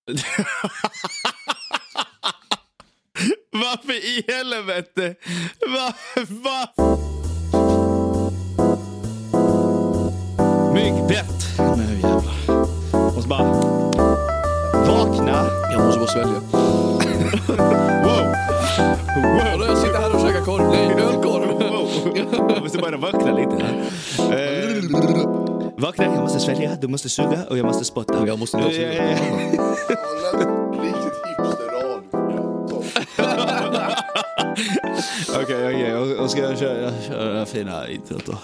Varför i helvete? Va? Myggbett. Nu jävlar. Måste bara vakna. Jag måste bara svälja. Wow. Jag sitter här och käkar korv. Nej, ölkorv. Wow. Jag måste bara vakna lite här. Vakna, jag måste svälja, du måste suga och jag måste spotta. Jag måste inte suga. Riktigt hipster-radio. Okej. Och ska jag köra fina introt då?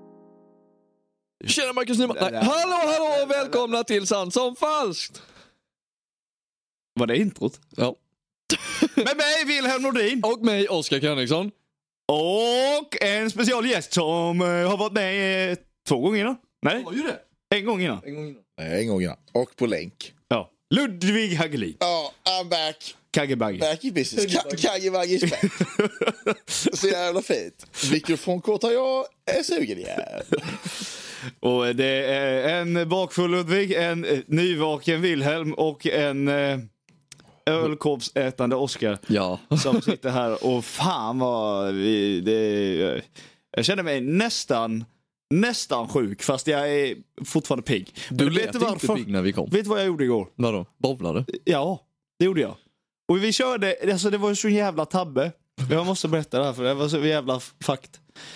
Tjena Marcus Nyman. Nej. Hallå, välkomna till Sant som falskt. Var det introt? Ja. Med mig Wilhelm Nordin. Och mig Oskar Kenriksson. Och en specialgäst som har varit med 2 gånger innan. Nej, Vad gjorde det? En gång innan. Nej, en gång innan. Och på länk. Ja. Ludvig Hagelin. Ja, I'm back. Kaggebagge. Back in business. Kaggebagge is back. Så jävla fint. Mikrofonkort har jag är sugen igen. Och det är en bakfull Ludvig, en nyvaken Wilhelm och en ölkorvsätande Oskar. Ja. Som sitter här och fan vad jag känner mig nästan sjuk fast jag är fortfarande pigg. Du lät inte pigg när vi kom. Vet du vad jag gjorde igår? Vadå? Bowlade? Ja, det gjorde jag. Och vi körde, alltså det var så jävla tabbe. Jag måste berätta det här för det var så jävla fakt.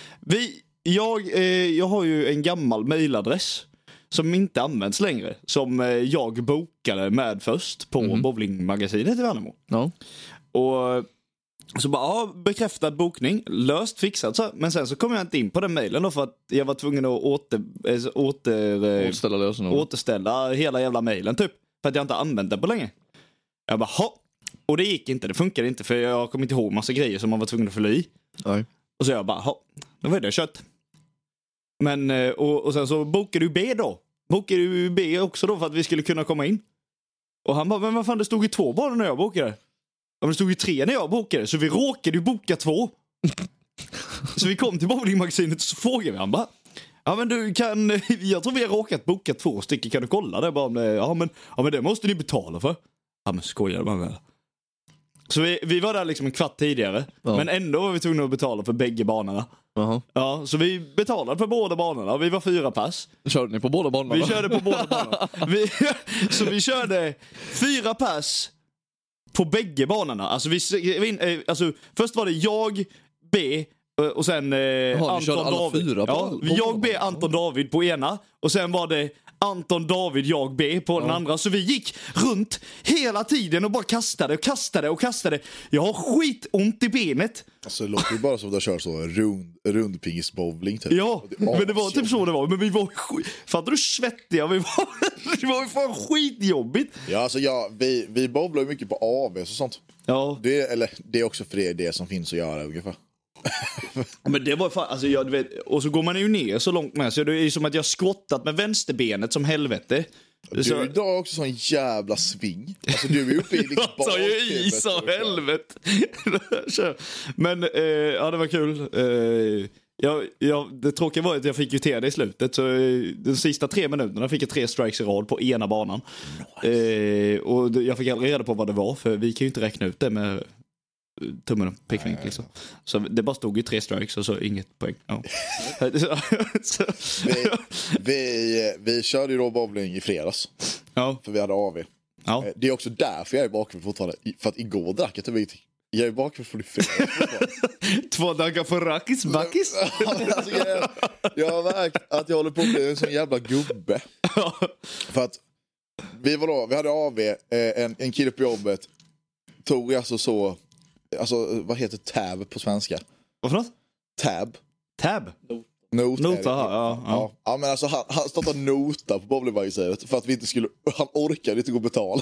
Jag har ju en gammal mailadress som inte används längre. Som jag bokade med först på bowlingmagasinet i Värnamo. Ja. Och så bara, bekräftad bokning, löst, fixat så. Men sen så kom jag inte in på den mailen då för att jag var tvungen att återställa hela jävla mailen typ. För att jag inte använt den på länge. Jag bara, och det gick inte, det funkade inte för jag kom inte ihåg massa grejer som man var tvungen att fylla i. Nej. Och så jag bara, då var det kött. Men, och sen så bokade du B då. Bokade du B också då för att vi skulle kunna komma in. Och han bara, men vad fan, det stod ju 2 bara när jag bokade. Ja, men det stod ju 3 när jag bokade, så vi råkade ju boka 2. Så vi kom till bowlingmagasinet och så frågade vi han bara, ja men du kan, jag tror vi har råkat boka 2 stycken, kan du kolla det? Bara om det, ja men det måste ni betala för. Ja men skojar man väl. Så vi var där liksom en kvart tidigare, men ändå var vi tvungna att betala för bägge banorna. Ja, så vi betalade på båda banorna. Vi var 4 pass. Körde ni på båda banorna? Vi körde på båda banorna. Så vi körde 4 pass på bägge banorna. Alltså, först var det jag, B och sen Anton David. Jag, B, Anton David på ena. Och sen var det Anton David, jag, B på den andra. Så vi gick runt hela tiden och bara kastade. Jag har skitont i benet. Alltså det låter ju bara som att du kör så rundpingisbowling typ. Ja, men det var typ så det var. Men vi var fattar du svettiga? Det var fan skitjobbigt. Ja, alltså vi bowlar ju mycket på AV och sånt. Ja. Det är också för det som finns att göra ungefär. Men det var fan, alltså du vet, och så går man ju ner så långt med så det är ju som att jag skottat med vänsterbenet som helvete. Du drar också sån jävla sving. Alltså du är uppe i liksom jag tar ju i så helvete. Men ja, det var kul. Det tråkiga var att jag fick ju till det i slutet. Så de sista 3 minuterna fick jag 3 strikes i rad på ena banan. Nice. Och jag fick aldrig reda på vad det var, för vi kan ju inte räkna ut det med tummen och pekfingret liksom. Så det bara stod ju 3 strikes och så inget poäng. Ja. vi körde ju då bowling i fredags. Ja. För vi hade AV. Ja. Det är också därför jag är bakfull fortfarande. För att igår drack jag till jag är bakfull för det fredags. 2 dagar för rakis, backis. Alltså, jag har märkt att jag håller på att bli en sån jävla gubbe. För att vi hade AV, en kille på jobbet tog alltså vad heter tab på svenska? Vad för något? Tab? Nota, ja. Ja, men alltså han startade nota på bowlingmagasinet för att vi inte skulle, han orkade inte gå och betala.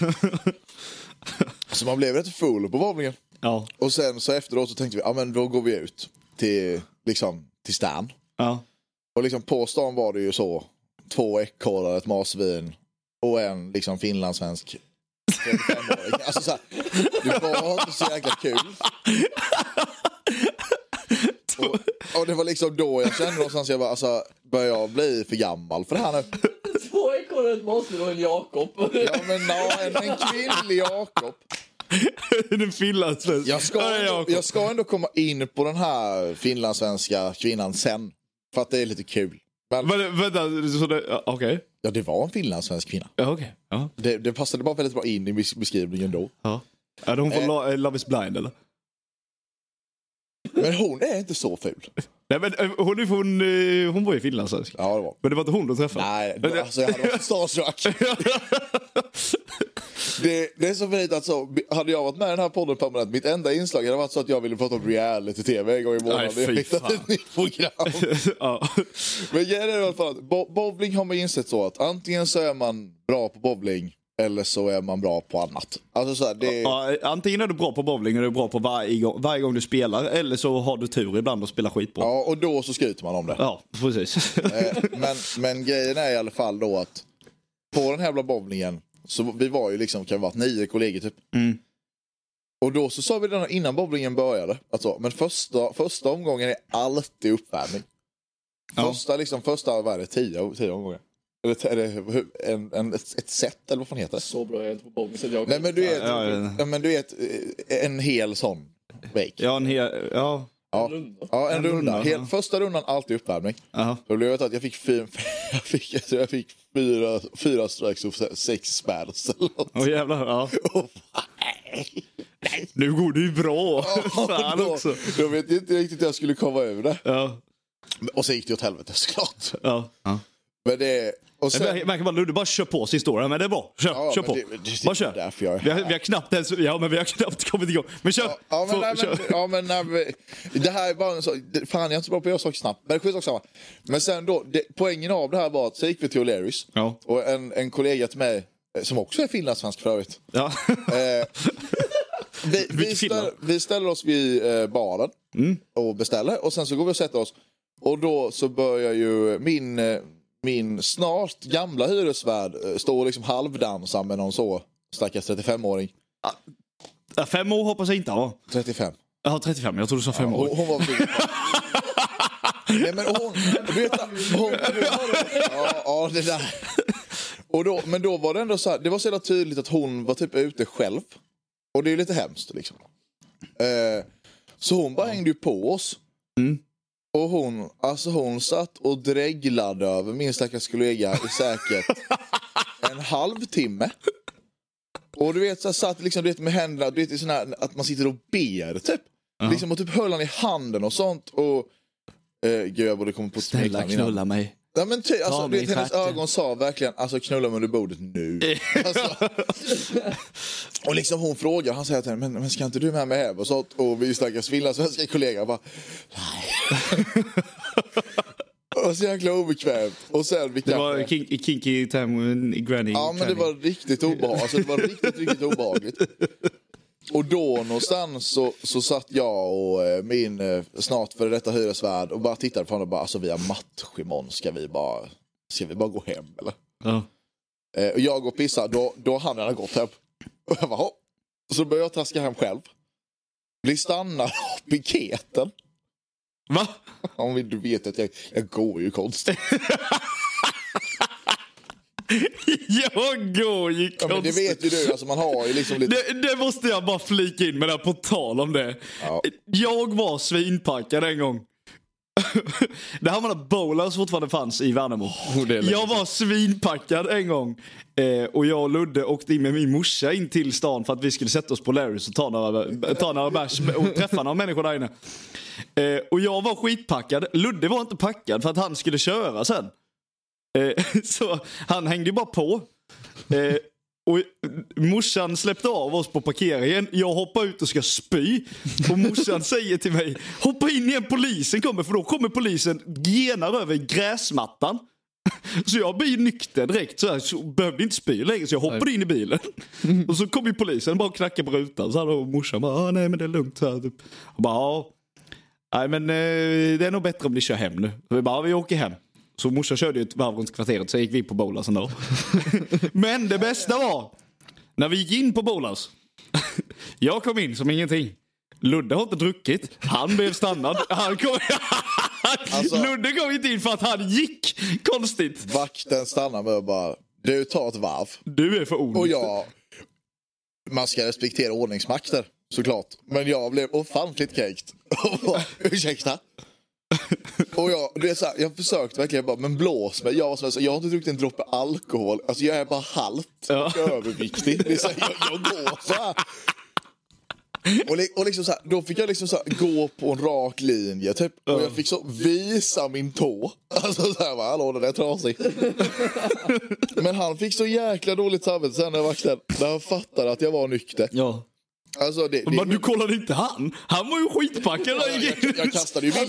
Så man blev rätt full på bowlingen. Ja. Och sen så efteråt så tänkte vi, ja men då går vi ut till stan. Ja. Och liksom på stan var det ju så 2 ekorrar, ett marsvin och en liksom finlandssvensk 35-åring. Alltså såhär, det var inte så jäkla kul. Och det var liksom då jag kände någonstans, jag bara, alltså, börjar jag bli för gammal för det här nu? 2 ekorrar, ett marsvin och en Jakob. Ja, men en kvinnlig Jakob. Den finlandssvenska. Jag ska ändå komma in på den här finlandssvenska kvinnan sen. För att det är lite kul. Men, vänta, okej. Ja, det var en finlandssvensk kvinna. Ja, okej. Ja. Det passade bara väldigt bra in i beskrivningen då. Ja. Är hon från Love is blind, eller? Men hon är inte så ful. Nej, men hon var ju finlandssvensk. Ja, det var. Men det var inte hon du träffade. Nej, alltså jag hade varit starstruck. Det är så fint att så, hade jag varit med i den här podden permanent, mitt enda inslag hade varit så att jag ville prata om reality-tv en gång i månaden. Jag hittade ett nytt program. Ja. Men det är i alla fall att bowling har man insett så att antingen så är man bra på bowling eller så är man bra på annat. Alltså så här, ja, antingen är du bra på bowling och du är bra på varje gång du spelar, eller så har du tur ibland att spela skitbra. Ja, och då så skryter man om det. Ja, precis. Men grejen är i alla fall då att på den här jävla bowlingen, så vi var ju liksom, kan vara 9 kollegor typ. Mm. Och då så sa vi den innan bowlingen började, alltså, men första omgången är alltid uppvärmning. Första vad är det, 10 omgångar. Eller är det ett set, eller vad fan heter det? Så bra är jag inte på bowling så jag. Nej, men du vet, en hel sån vek. Ja, en hel, ja. Ja, en runda. Första rundan alltid uppvärmning. Då blev det att jag fick 4 strikes och 6 spärrs. Åh jävlar, ja. Nu går det ju bra. Fan också. Jag vet inte riktigt hur jag skulle komma över det. Ja. Och så gick det åt helvete såklart. Ja. Men det... Och sen... Jag märker bara du bara kör på sin historia, men det är bra. Kör på. Bara kör. Vi har knappt kommit igång. Men kör. Det här är bara en så, fan jag är inte så bra på att göra saker snabbt. Men det är också. Men sen då, poängen av det här var att så gick vi till O'Learys. Ja. Och en kollega till mig, som också är finlandssvensk för övrigt. Ja. Vi ställer oss vid baren och beställer. Och sen så går vi och sätter oss. Och då så börjar ju min snart gamla hyresvärd står liksom halvdansa med någon så stackars 35-åring. 5 år hoppas jag inte ha. 35. Ja, 35. Jag tror du sa 5 år. Hon var nej, men hon ja, det där. Men då var det ändå så här, det var så jävla tydligt att hon var typ ute själv. Och det är lite hemskt liksom. Så hon bara hängde ju på oss. Mm. Och hon satt och dreglade över min stackars kollega i säkert en halvtimme. Och du vet, så satt liksom, du vet, med händerna, du vet, sån här, att man sitter och ber typ. Liksom, och typ höll han i handen och sånt. Och gud, jag borde komma på snälla knulla mig. Ja, men alltså, vet, hennes ögon sa verkligen, alltså knulla mig under bordet nu. Alltså. Och liksom hon frågar, han säger till henne, men ska inte du med hem och sånt? Och vi stackars finlandssvenska kollegor bara, nej. Och så jäkla obekvämt. Och sen det var kinky time granny. Ja, men det var riktigt obehagligt. Alltså, det var riktigt obehagligt. Och då någonstans så satt jag och min snart för detta hyresvärd och bara tittade på honom och bara, alltså vi har match imorgon, ska vi bara gå hem eller? Ja. Och jag går och pissar, då han hade gått hem. Och jag bara, så börjar jag traska hem själv. Blir stannad av piketen. Va? Om du vet att jag går ju konstigt. Jag går ju konstigt. Ja, men det vet ju du, alltså man har ju liksom lite... Det måste jag bara flika in med det här på tal om det. Ja. Jag var svinpackad en gång. Det här var när Bowlers fortfarande fanns i Värnamo. Jag var svinpackad en gång. Och jag och Ludde åkte in med min morsa in till stan för att vi skulle sätta oss på Larrys och ta några bärs och träffa några människor där inne. Och jag var skitpackad. Ludde var inte packad för att han skulle köra sen. Så han hängde ju bara på. Och morsan släppte av oss på parkeringen. Jag hoppar ut och ska spy. Och morsan säger till mig, hoppa in igen, polisen kommer. För då kommer polisen genar över gräsmattan. Så jag blir nykter direkt. Så behövde inte spy längre. Så jag hoppade in i bilen. Och så kom ju polisen bara och knackade på rutan. Så hade morsan bara, nej men det är lugnt. Så här, typ. Och bara, ja. Nej men det är nog bättre om ni kör hem nu. Så vi åker hem. Så morsan körde ju ett varv runt kvarteret. Så gick vi på Bowlers ändå. Men det bästa var när vi gick in på Bowlers. Jag kom in som ingenting. Ludde har inte druckit. Han blev stannad. Han kom... Alltså, Ludde kom inte in för att han gick konstigt. Vakten stannar med och bara, du tar ett varv. Du är för onykter. Och man ska respektera ordningsmakter, såklart. Men jag blev ofantligt kränkt. Ursäkta. Och jag försökte verkligen bara, men blås mig. Jag har inte druckit en droppe alkohol. Alltså jag är bara halvt överviktig. Det är så här, jag går så här. Och liksom så här, då fick jag liksom så här, gå på en rak linje typ. Och jag fick så visa min tå. Alltså så här, hallå, den är trasig. Men han fick så jäkla dåligt samvete sen när han fattade att jag var nykter. Ja. Alltså men du kollade inte han? Han var ju skitpackad. Jag kastade ju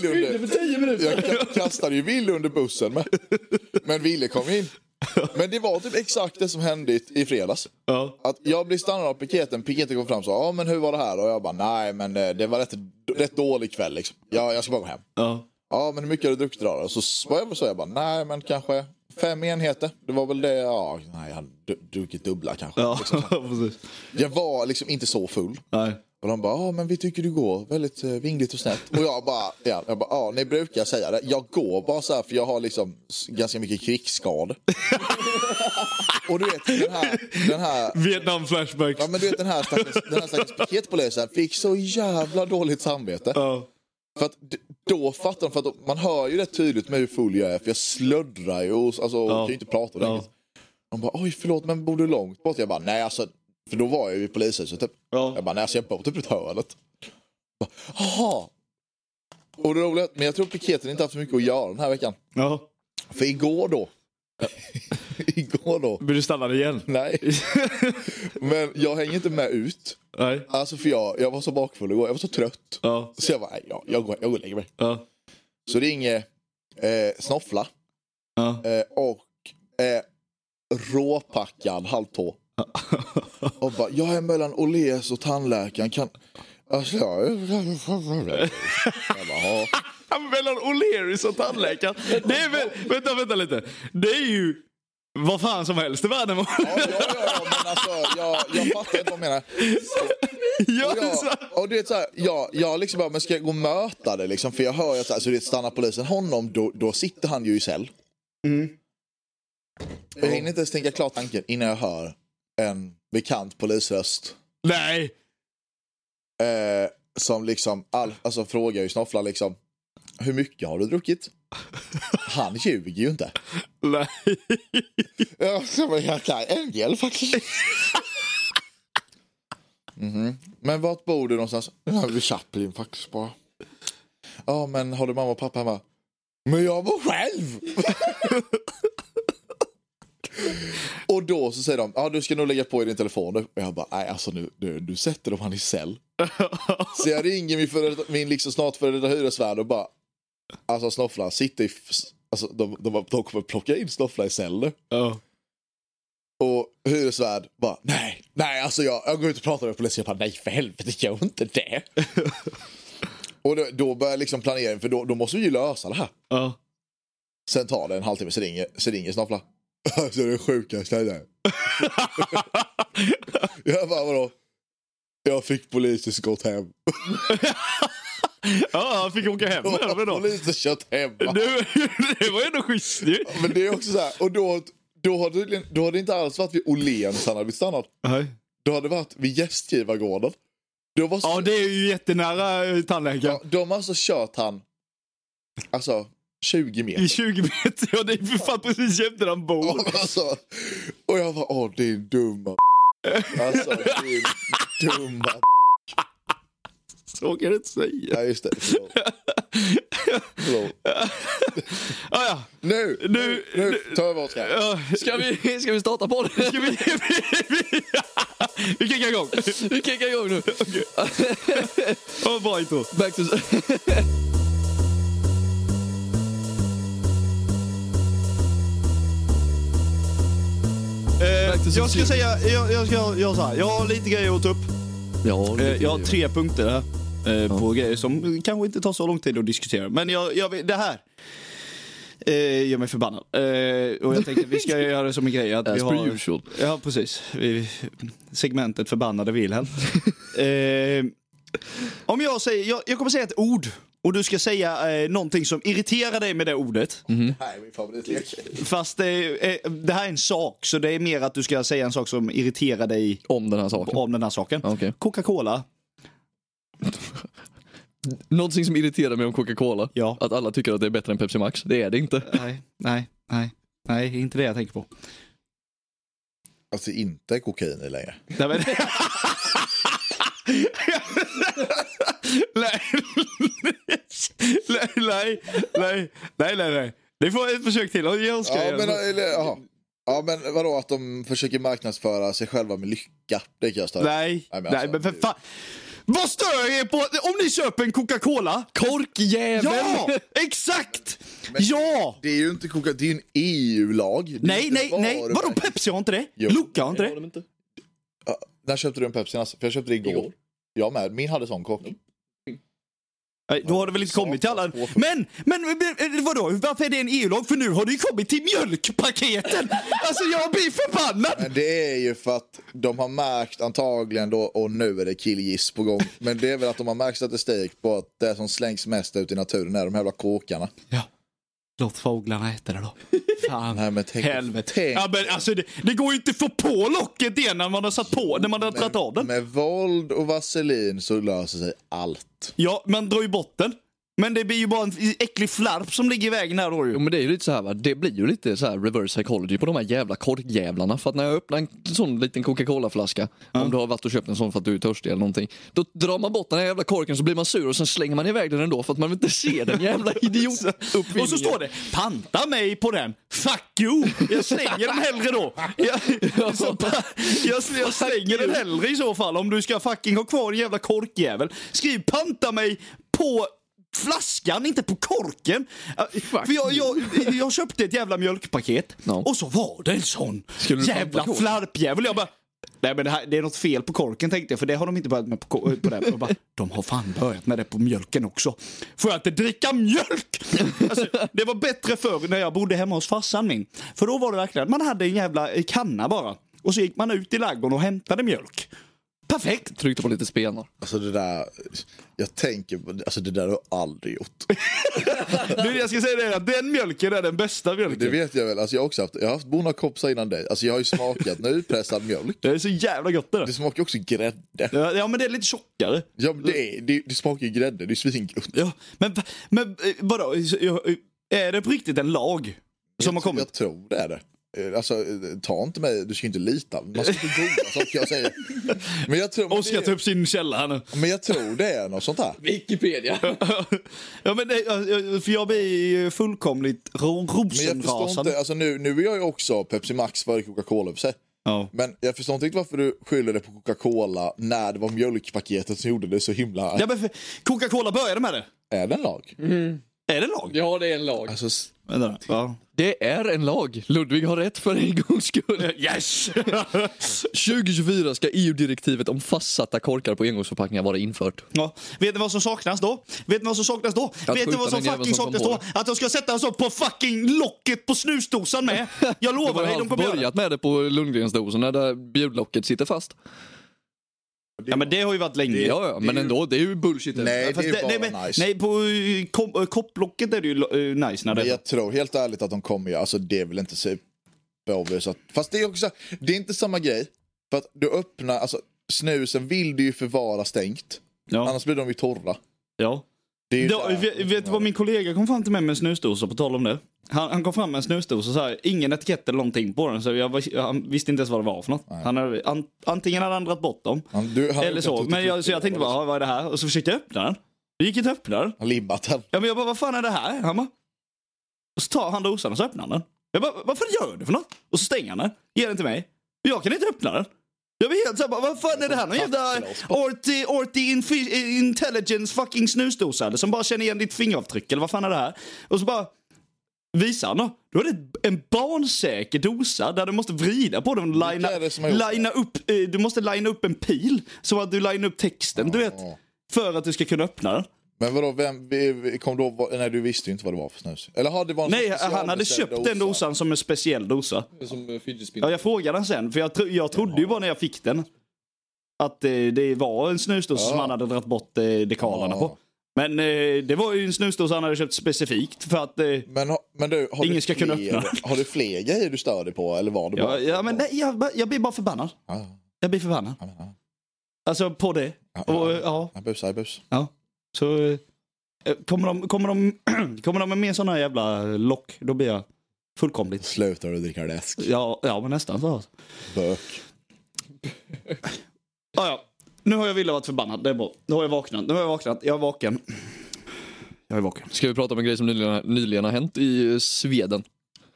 Ville under bussen med. Men Ville kom in. Men det var typ exakt det som hände i fredags. Ja. Att jag blev stannad av piketen kom fram och sa, men hur var det här? Och jag bara, nej men det var rätt dålig kväll liksom. Jag ska bara gå hem. Ja, men hur mycket har du druckit idag? Och så var jag så, jag bara, nej men kanske 5 enheter. Det var väl det, nej jag hade druckit dubbla kanske. Ja, liksom. Precis. Jag var liksom inte så full. Nej. Och de bara, men vi tycker du går väldigt vingligt och snett. Och jag bara, ni brukar säga det. Jag går bara så här för jag har liksom ganska mycket krigsskador. Och du vet, den här Vietnam-flashback. Ja, men du vet, den här stackars piketpolisen fick så jävla dåligt samvete. För att då fattar de, för att man hör ju rätt tydligt med hur full jag är. För jag slöddrar ju, alltså kan ju inte prata ordentligt. De bara, oj förlåt, men bor du långt bort? Jag bara, nej alltså. För då var jag ju i polishuset typ. Jag bara, nej alltså jag bor typ i hörnet. Jaha. Och det roliga, men jag tror piketen inte haft så mycket att göra den här veckan. Ja. För igår då. Vill du stanna igen? Nej. Men jag hänger inte med ut. Nej. Alltså för jag var så bakfull igår. Jag var så trött. Ja. Så jag bara, jag går och lägger mig. Ja. Så det är inget snoffla. Ja. Och råpackad halvtå. Och bara, jag är mellan Åhléns och tandläkaren. Kan... Alltså, jag bara, mellan O'Learys och tandläkaren. Det är väl, vänta lite. Det är ju vad fan som helst i världen. Ja, men alltså jag fattar inte vad jag menar. Och det är så här, jag liksom bara, men ska jag gå och möta det liksom, för jag hör att alltså, det stannar polisen honom, då sitter han ju i cell. Jag hinner inte ens tänka klart tanken innan jag hör en bekant polisröst. Nej. Som liksom alltså frågar ju snofflar liksom, hur mycket har du druckit? Han ljuger ju inte. Nej. Ja, jag kan en del faktiskt. Men vart bor du någonstans? Ja, vid Chaplin faktiskt bara. Ja, men har du mamma och pappa hemma? Men jag bor själv. Och då så säger de, du ska nog lägga på i din telefon. Och jag bara, nej alltså nu sätter de han i cell. Så jag ringer min liksom snart före detta hyresvärd och bara, alltså snofflar sitter i, alltså de kommer plocka in snofflar i cell nu. Och hyresvärd bara, nej alltså jag går ut och pratar med polisen. Jag bara, nej för helvete, gör inte det. Och då börjar liksom planeringen, för då måste vi ju lösa det här. Sen tar det en halvtimme, så ringer snofflar. Alltså det är sjukaste där. Jag bara, vadå? Jag fick polisens gått hem. Ja, han fick åka hem. Polisen kört hem. Det var ändå schysst. Men det är också så här, och då hade det inte alls varit vid Åhléns han hade blivit stannad. Nej. Då hade det varit vid gästgivargården. Ja, det är ju jättenära tandläkaren. Ja, de har alltså kört han, alltså 20 meter. I 20 meter, ja det är för fan precis jämte han bor. Alltså, och jag var, det är dumma. Alltså, det är dumma. Så kan du inte säga. Ja, just det. Förlåt. Ja. Nu tar jag bort här. Ska vi starta på det? Vi kickar igång. Nu. Okay. Bra intro. Back to... Jag ska säga, jag så här, jag har lite grejer att ta upp. Jag har 3 punkter här på grejer som kanske inte tar så lång tid att diskutera. Men det här gör mig förbannad. Och jag tänkte vi ska göra det som en grej att vi har, ja precis, segmentet förbannade Wilhelm. Om jag säger, jag kommer säga ett ord Och du ska säga någonting som irriterar dig med det ordet. Nej, min favoritlek. Fast det här är en sak, så det är mer att du ska säga en sak som irriterar dig om den här saken. Okay. Coca-Cola. Någonting som irriterar mig om Coca-Cola. Ja. Att alla tycker att det är bättre än Pepsi Max. Det är det inte. Nej, inte det jag tänker på. Alltså inte kokain i längre. Nej, men... nej. Det får ett försök till. Ja, men vadå att de försöker marknadsföra sig själva med lycka? Det kan jag störa. Nej, men för fan. Vad stör er på om ni köper en Coca-Cola? Korkjävel! Ja, exakt! Men ja! Det är ju inte Coca, det är ju en EU-lag. Nej. Vadå Pepsi har inte det? Luca har inte det? Inte. Ja, när köpte du en Pepsi? Alltså? För jag köpte det igår. Jag med. Min hade sån kock. Då har det väl inte kommit till alla. Men vadå? Varför är det en EU-lag? För nu har det ju kommit till mjölkpaketen. Alltså jag blir förbannad. Men det är ju för att de har märkt antagligen då, och nu är det killgiss på gång. Men det är väl att de har märkt statistik på att det som slängs mest ut i naturen är de här jävla kåkarna. Ja. Låt fåglarna äta det då. Fan. Nej, men helvete. Ja, men alltså det går ju inte att få på locket det när man har satt på, när man har dragit av den. Med våld och vaselin så löser sig allt. Ja, man drar ju bort den. Men det blir ju bara en äcklig flarp som ligger i vägen här då ju. Jo, men det är ju lite så här, va? Det blir ju lite så här reverse psychology på de här jävla korkjävlarna. För att när jag öppnar en sån liten Coca-Cola-flaska, om du har varit och köpt en sån för att du är törstig eller någonting, då drar man bort den här jävla korken, så blir man sur och sen slänger man iväg den ändå för att man vill inte se den jävla idiotuppfinningen. Och så står det, panta mig på den. Fuck you! Jag slänger den hellre då. Jag slänger den hellre i så fall, om du ska fucking ha kvar en jävla korkjävel. Skriv panta mig på flaskan, inte på korken. För jag köpte ett jävla mjölkpaket och så var det en sån jävla flarpjävel. Jag bara, nej men det är något fel på korken, tänkte jag, för det har de inte börjat med på den. Jag bara, de har fan börjat med det på mjölken också. Får jag inte dricka mjölk? Alltså, det var bättre förr när jag bodde hemma hos farsan min. För då var det verkligen att man hade en jävla kanna bara. Och så gick man ut i ladugården och hämtade mjölk. Perfekt. Tryckte på lite spenar. Alltså det där, jag tänker, alltså det där har jag aldrig gjort. Jag ska säga det, att den mjölken är den bästa mjölken. Det vet jag väl, alltså jag har haft bonakopsar innan dig. Alltså jag har ju smakat nypressad mjölk. Det är så jävla gott det. Det smakar också grädde. Ja, men det är lite tjockare. Ja, men det smakar ju grädde, det är svingott. Ja, men vadå, är det på riktigt en lag som har kommit? Jag tror det är det. Alltså, ta inte mig, du ska inte lita. Man ska inte googla saker jag säger. Men jag tror, Oskar tar upp sin källa här nu. Men jag tror det är något sånt här. Wikipedia. Ja, men för jag blir fullkomligt rosenrasande. Men jag förstår inte, alltså nu är jag ju också Pepsi Max före Coca-Cola för sig. Ja. Men jag förstår inte varför du skyller det på Coca-Cola när det var mjölkpaketet som gjorde det så himla... Ja, men Coca-Cola började med det. Är det en lag? Är det en lag? Ja, det är en lag. Alltså, ja. Det är en lag. Ludvig har rätt för en gångs skull. Yes! 2024 ska EU-direktivet om fastsatta korkar på engångsförpackningar vara infört. Ja. Vet ni vad som saknas då? Vet ni vad som saknas då? Att de ska sätta så på fucking locket på snusdosan med. Jag lovar dig, de kommer börjat med det på Lundgrensdosen där bjudlocket sitter fast. Ja, men det har ju varit länge. Ja, men ändå, det är ju bullshit. Nej, det är bara nice. Nej, på kopplocket är det ju nice när det. Men jag tror helt ärligt att de kommer, alltså det är väl inte superobvious. Fast det är också, det är inte samma grej. För att du öppnar, alltså snusen vill du ju förvara stängt. Ja. Annars blir de ju torra. Ja. Vet du vad min kollega kom fram till mig med en snusdosa, på tal om det? Han kom fram med en snusdosa så här, ingen etikett eller någonting på den, så han visste inte ens vad det var för något. Han hade, antingen hade han dragit bort dem eller så. Men jag tänkte bara, vad är det här? Och så försökte jag öppna den. Det gick inte att öppna den. Han limmat den. Ja, men jag bara, vad fan är det här? Han bara, och så tar han dosan och så öppnar han den. Jag bara, vad fan gör du för något? Och så stänger han den, ger den till mig. Jag kan inte öppna den. Jag blir helt såhär, vad fan är det här? Någon jävla intelligence fucking snusdosa eller, som bara känner igen ditt fingeravtryck, eller vad fan är det här? Och så bara visar han då är det en barnsäker dosa där du måste vrida på den och du måste linea upp en pil så att du linar upp texten, du vet, för att du ska kunna öppna den. Men vadå, kom då, nej du visste ju inte vad det var för snus. Eller det var nej, han hade köpt den dosan som en speciell dosa. Som ja, jag frågade han sen, för jag trodde ju bara när jag fick den att det var en snusdosa som han hade dragit bort dekalerna på. Men det var ju en snusdosa han hade köpt specifikt för att men du, ingen ska kunna öppna. Har du fler grejer du stör dig på? Eller var det bara? Ja, men nej, jag blir bara förbannad. Jag blir förbannad. Alltså på det. Bus. Ja. Så kommer de med mer såna jävla lock, då blir jag fullkomligt. Slutar du dricka läsk? Ja, men nästan så. Bök. Ja. Nu har jag varit förbannad, det är bra. Nu har jag vaknat. Jag är vaken. Ska vi prata om en grej som nyligen har hänt i Sweden?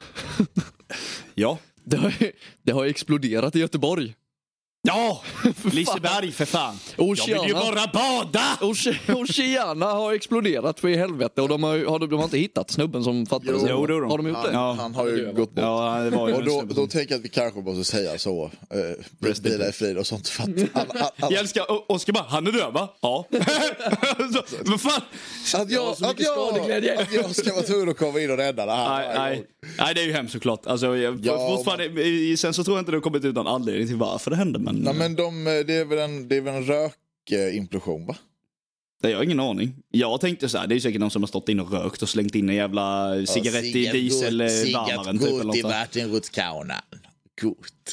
Ja. Det har exploderat i Göteborg. Ja, Liseberg för fan. Oceana. Jag vill ju bara bada. Oceana har exploderat för i helvete. Och de har inte hittat snubben som fattade sig. Har de gjort det? Han har ju gått bort. Ja, det var ju och då tänker jag att vi kanske måste säga så. Vila i frid och sånt. För att jag älskar Oskar bara, han är död va? Ja. Vad fan? Att jag ska vara tur att komma in och rädda det här. Nej, det är ju hemskt såklart. Alltså, sen så tror jag inte det har kommit ut någon anledning till varför det hände. Men, nej, men det är väl en rökimplosion va? Det har jag ingen aning. Jag tänkte så här, det är säkert någon som har stått in och rökt och slängt in en jävla cigarett i dieselvärmaren. Cigarett gott i vattenrutskaunan. Gott.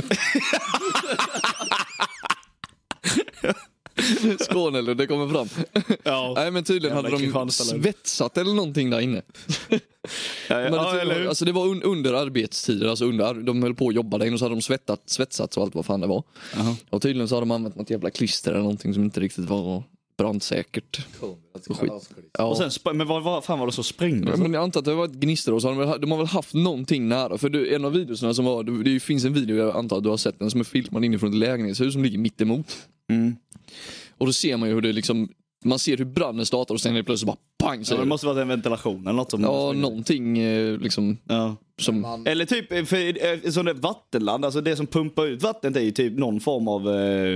Skåne eller det kommer fram. Ja. Nej men tydligen hade de svetsat eller någonting där inne. Alltså det var under arbetstider, alltså de höll på att jobba där inne och så hade de svetsats och allt vad fan det var. Och tydligen så hade de använt något jävla klister eller någonting som inte riktigt var brandsäkert. Ja. Och sen, men vad fan var det så sprängde? Ja, men jag antar att det var ett gnister och så de har väl haft någonting nära. För en av videorna som var, det finns en video jag antar att du har sett den som är filmad inifrån ett lägenhetshus som ligger mitt emot. Och då ser man ju hur det liksom, man ser hur branden startar och sen är det plötsligt bara pang. Så det måste vara en ventilation eller något som... Ja, någonting liksom... Ja. Som... Eller typ, för sån där vattenland, alltså det som pumpar ut vattnet är ju typ någon form av...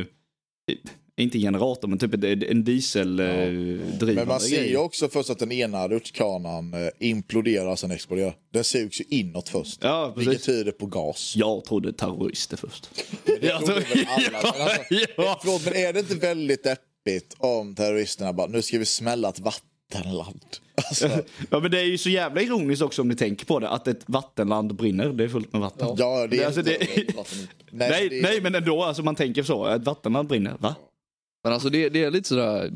inte generator, men typ en dieseldrivande. Men man ser ju också först att den ena rutschkanan imploderar sen exploderar. Den sugs ju inåt först. Ja, precis. Vilket tyder på gas. Jag trodde terrorister först. Det trodde väl alla. Men är det inte väldigt deppigt om terroristerna bara, nu ska vi smälla ett vattenland? Alltså. Ja, men det är ju så jävla ironiskt också om ni tänker på det, att ett vattenland brinner, det är fullt med vatten. Ja, det är alltså, nej, men ändå, alltså man tänker så, ett vattenland brinner, va? Men alltså det är lite sådär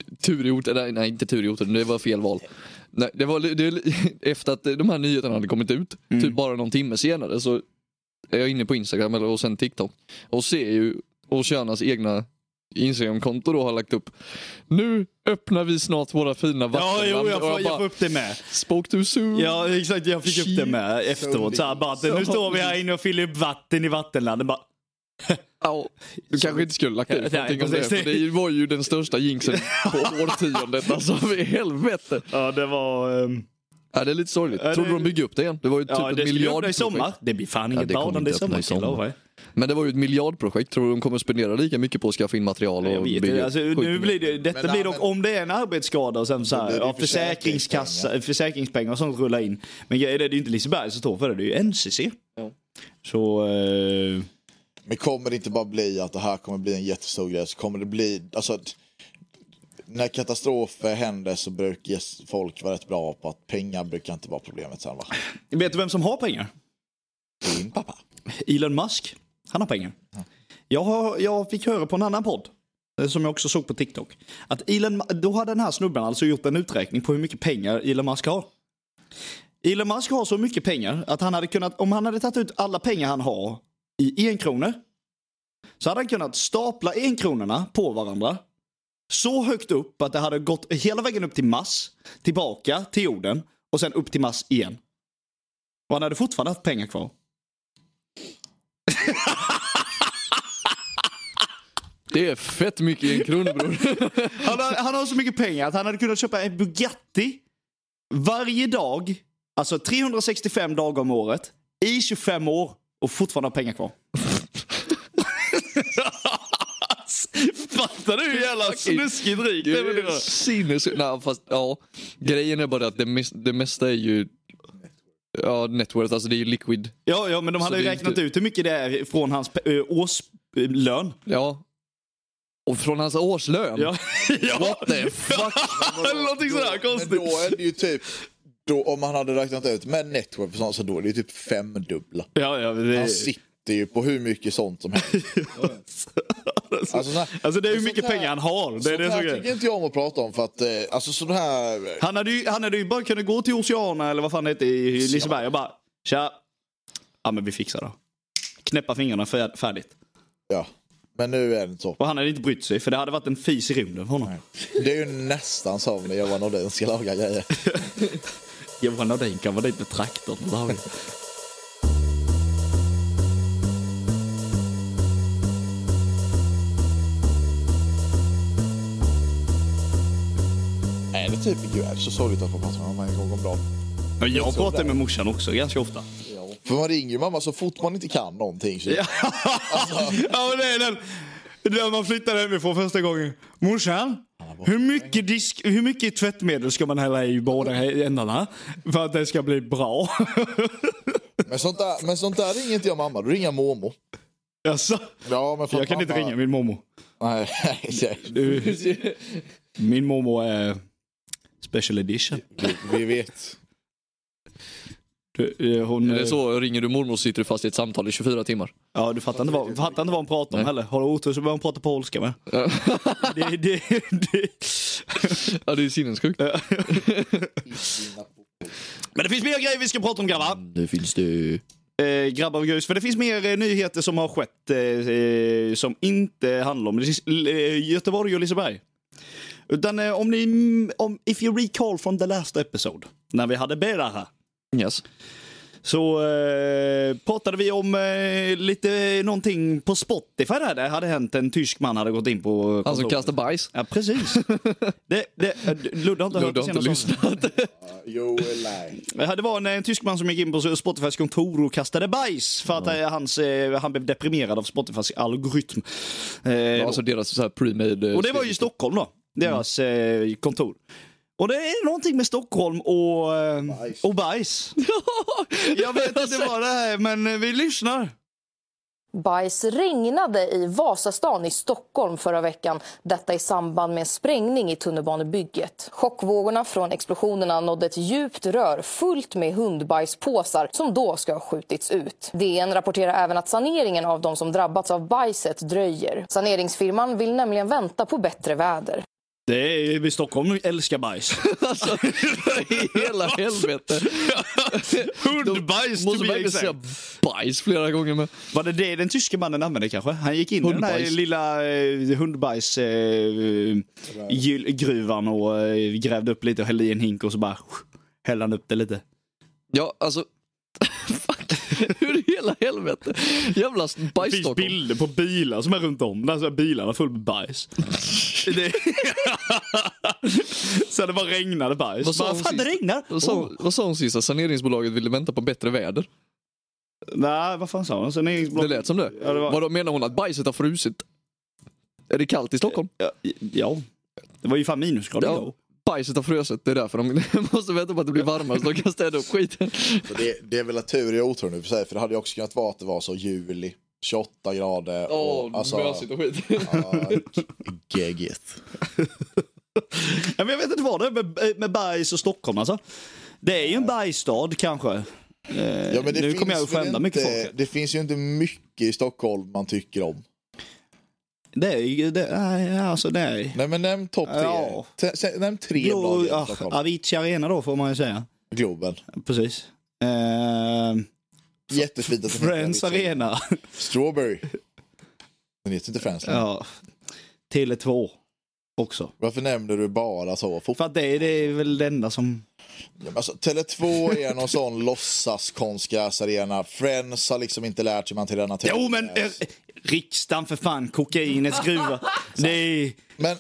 inte tur i orten, det var fel val. Nej, det var efter att de här nyheterna hade kommit ut, typ bara någon timme senare, så är jag inne på Instagram och sen TikTok och ser ju Oceanas egna Instagram-konto då har lagt upp. Nu öppnar vi snart våra fina vattenland. Ja, jag får upp det med. Spoke too soon. Ja, exakt, jag fick upp det med efteråt. Så här, bara, nu står vi här inne och fyller upp vatten i vattenlandet. Bara... Ja, du kanske inte skulle lagt ut någonting om det. För det var ju den största jinxen på årtiondet. Alltså, i helvete. Ja, det var... Ja, det är lite sorgligt. Tror du de bygger upp det igen? Det var ju typ ett miljardprojekt. I sommar. Det blir fan inget badande i sommar. Men det var ju ett miljardprojekt. Tror du de kommer spendera lika mycket på att skaffa in material och bygga? Alltså, nu blir det, detta blir dock, om det är en arbetsskada och sen så här, ja, försäkringspengar och sånt rullar in. Men det är ju inte Liseberg som står för det, det är ju NCC. Ja. Så... Men kommer det inte bara bli att det här kommer bli en jättestor grej, så kommer det bli, alltså när katastrofer händer så brukar folk vara rätt bra på att pengar brukar inte vara problemet sen, va? Vet du vem som har pengar? Din pappa. Elon Musk, han har pengar. Jag fick höra på en annan podd som jag också såg på TikTok att då har den här snubben alltså gjort en uträkning på hur mycket pengar Elon Musk har. Elon Musk har så mycket pengar att han hade kunnat, om han hade tagit ut alla pengar han har i 1 krona, så hade han kunnat stapla 1 kronorna på varandra så högt upp att det hade gått hela vägen upp till Mars, tillbaka till jorden och sen upp till Mars igen. Och han hade fortfarande haft pengar kvar. Det är fett mycket i 1 krona, bror. Han har så mycket pengar att han hade kunnat köpa en Bugatti varje dag, alltså 365 dagar om året i 25 år och fortfarande ha pengar kvar. Fattar du hur jävla snuskigt rik det är? Sinnessjukt. Nej, fast ja, grejen är bara att det mesta är ju net worth, alltså det är ju liquid. Ja, men de hade ju räknat ut hur mycket det är från hans årslön. Ja. Och från hans årslön? Ja. What the fuck? Eller någonting sådär konstigt. Men då är det ju typ, då, om man hade räknat ut med network och sånt, så då är det ju typ 5-dubbla. Ja, det... Han sitter ju på hur mycket sånt som helst. Alltså det är hur mycket pengar han har. Det är det här tycker inte jag om att prata om, för att alltså sån här... Han hade ju bara kunnat gå till Oceana eller vad fan det heter i Liseberg och bara, tja, ja men vi fixar det. Knäppa fingrarna färdigt. Ja, men nu är det inte så. Och han hade inte brytt sig, för det hade varit en fis i rymden för honom. Nej. Det är ju nästan som när Johan Nordin ska laga grejer. Johan Nordin kan vara dit med traktorn. Nej, det är typ så sorgligt att få prata med mamma en gång om dagen. Ja, jag pratar med morsan också ganska ofta. Ja. För man ringer ju mamma så fort man inte kan någonting. Så. Ja, ja, men det är den. När man flyttar hemifrån första gången. Morsan, hur mycket tvättmedel ska man hälla i båda ändarna för att det ska bli bra? Men sånt där ringer inte jag mamma, då ringer jag mormor. Jaså? Ja, men jag kan inte ringa min mormor. Nej. Min mormor är special edition. Vi vet. Är det så, ringer du mormor så sitter du fast i ett samtal i 24 timmar? Ja, du fattar inte vad hon pratar om heller. Har du otur så börjar hon prata polska med. Ja. Ja, det är sinnessjukt. Men det finns mer grejer vi ska prata om, grabbar. Det finns det. Grabbar och grus, för det finns mer nyheter som har skett som inte handlar om Göteborg och Liseberg. Utan if you recall from the last episode, när vi hade Bera här. Yes. Så pratade vi om någonting på Spotify där. Det hade hänt, en tysk man hade gått in på... Alltså kasta bajs. Ja, precis. Ludde har inte lyssnat. Det var en tysk man som gick in på Spotifys kontor och kastade bajs för att han blev deprimerad av Spotifys algoritm. Alltså deras så här pre-made... Och det var ju i Stockholm då. Deras kontor. Och det är någonting med Stockholm och bajs. Jag vet inte vad det är, men vi lyssnar. Bajs regnade i Vasastan i Stockholm förra veckan. Detta i samband med en sprängning i tunnelbanebygget. Chockvågorna från explosionerna nådde ett djupt rör fullt med hundbajspåsar som då ska ha skjutits ut. DN rapporterar även att saneringen av de som drabbats av bajset dröjer. Saneringsfirman vill nämligen vänta på bättre väder. Det är i Stockholm älskar bajs. Alltså, hela helvete. Hundbajs, måste man säga bajs flera gånger med. Var det den tyska mannen använde kanske? Han gick in i den här lilla hundbajsgruvan och grävde upp lite och hällde i en hink och så bara hällde han upp det lite. Ja, alltså... Hur i hela helvete? Jävla bajs. Det finns bilder på bilar som är runt om. Där är bilarna full med bajs. Så det bara regnade bajs. Vad fan, det regnar? Vad sa hon sist? Att saneringsbolaget ville vänta på bättre väder? Nej, vad fan sa hon? Det lät som det. Ja, vad menar hon? Att bajset har frusit? Är det kallt i Stockholm? Ja. Det var ju fan minusgrader då. Bajset har frusit, det är därför de måste vänta på att det blir varmare så de kan städa upp skiten. Så det är väl att tur och otur nu för sig, för det hade ju också kunnat vara att det var så juli, 28 grader. Mösigt och skit. Geggigt. Ja, men jag vet inte vad det är med bajs och Stockholm alltså. Det är ju en bajsstad kanske. Ja, men nu kommer jag att skända mycket folk. Det finns ju inte mycket i Stockholm man tycker om. Nej, men nämn topp 3. Ja. Nämn 3 lag i Stockholm. Avicii Arena då får man ju säga. Globen. Precis. Jättefint att Friends Arena. Strawberry. Den heter inte Friends. Ja. Tele2 också. Varför nämner du bara så? För att det är väl det enda som... Ja, alltså, Tele2 är någon sån låtsas konstgräsarena. Friends har liksom inte lärt sig man till denna Jo, men riksdagen för fan, kokainets gruva. Nej. Men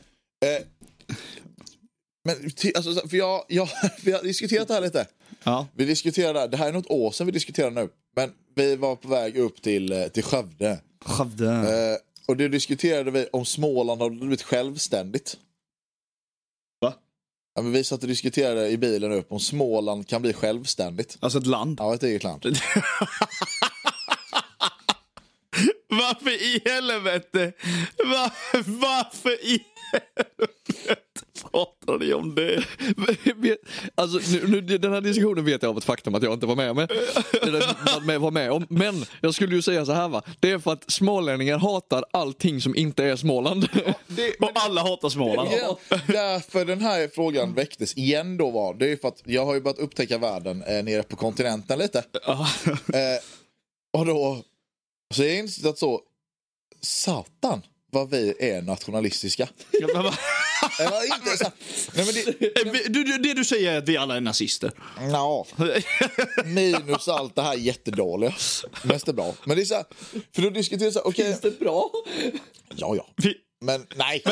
alltså, för vi har diskuterat det här lite. Ja. Vi diskuterade det här är något år sedan vi diskuterade nu. Men vi var på väg upp till Skövde. Och det diskuterade vi om Småland har blivit självständigt. Va? Ja, men vi satt och diskuterade i bilen upp om Småland kan bli självständigt. Alltså ett land? Ja, ett eget land. Va? Varför i helvete? Varför i helvete pratar ni om det? Alltså, nu, den här diskussionen vet jag av ett faktum att jag inte var med om. Men jag skulle ju säga så här, va. Det är för att smålänningar hatar allting som inte är Småland. Och alla hatar Småland. Ja, därför den här frågan väcktes igen då var. Det är för att jag har ju börjat upptäcka världen nere på kontinenten lite. Och då så jag insett att så satan vad vi är nationalistiska. Inte så. Nej, men det du säger är att vi alla är nazister. Ja. Minus allt det här jättedåliga. Mest är bra. Men det är så här, för då diskuterar så här, okej. Finns det bra? Ja. Men nej.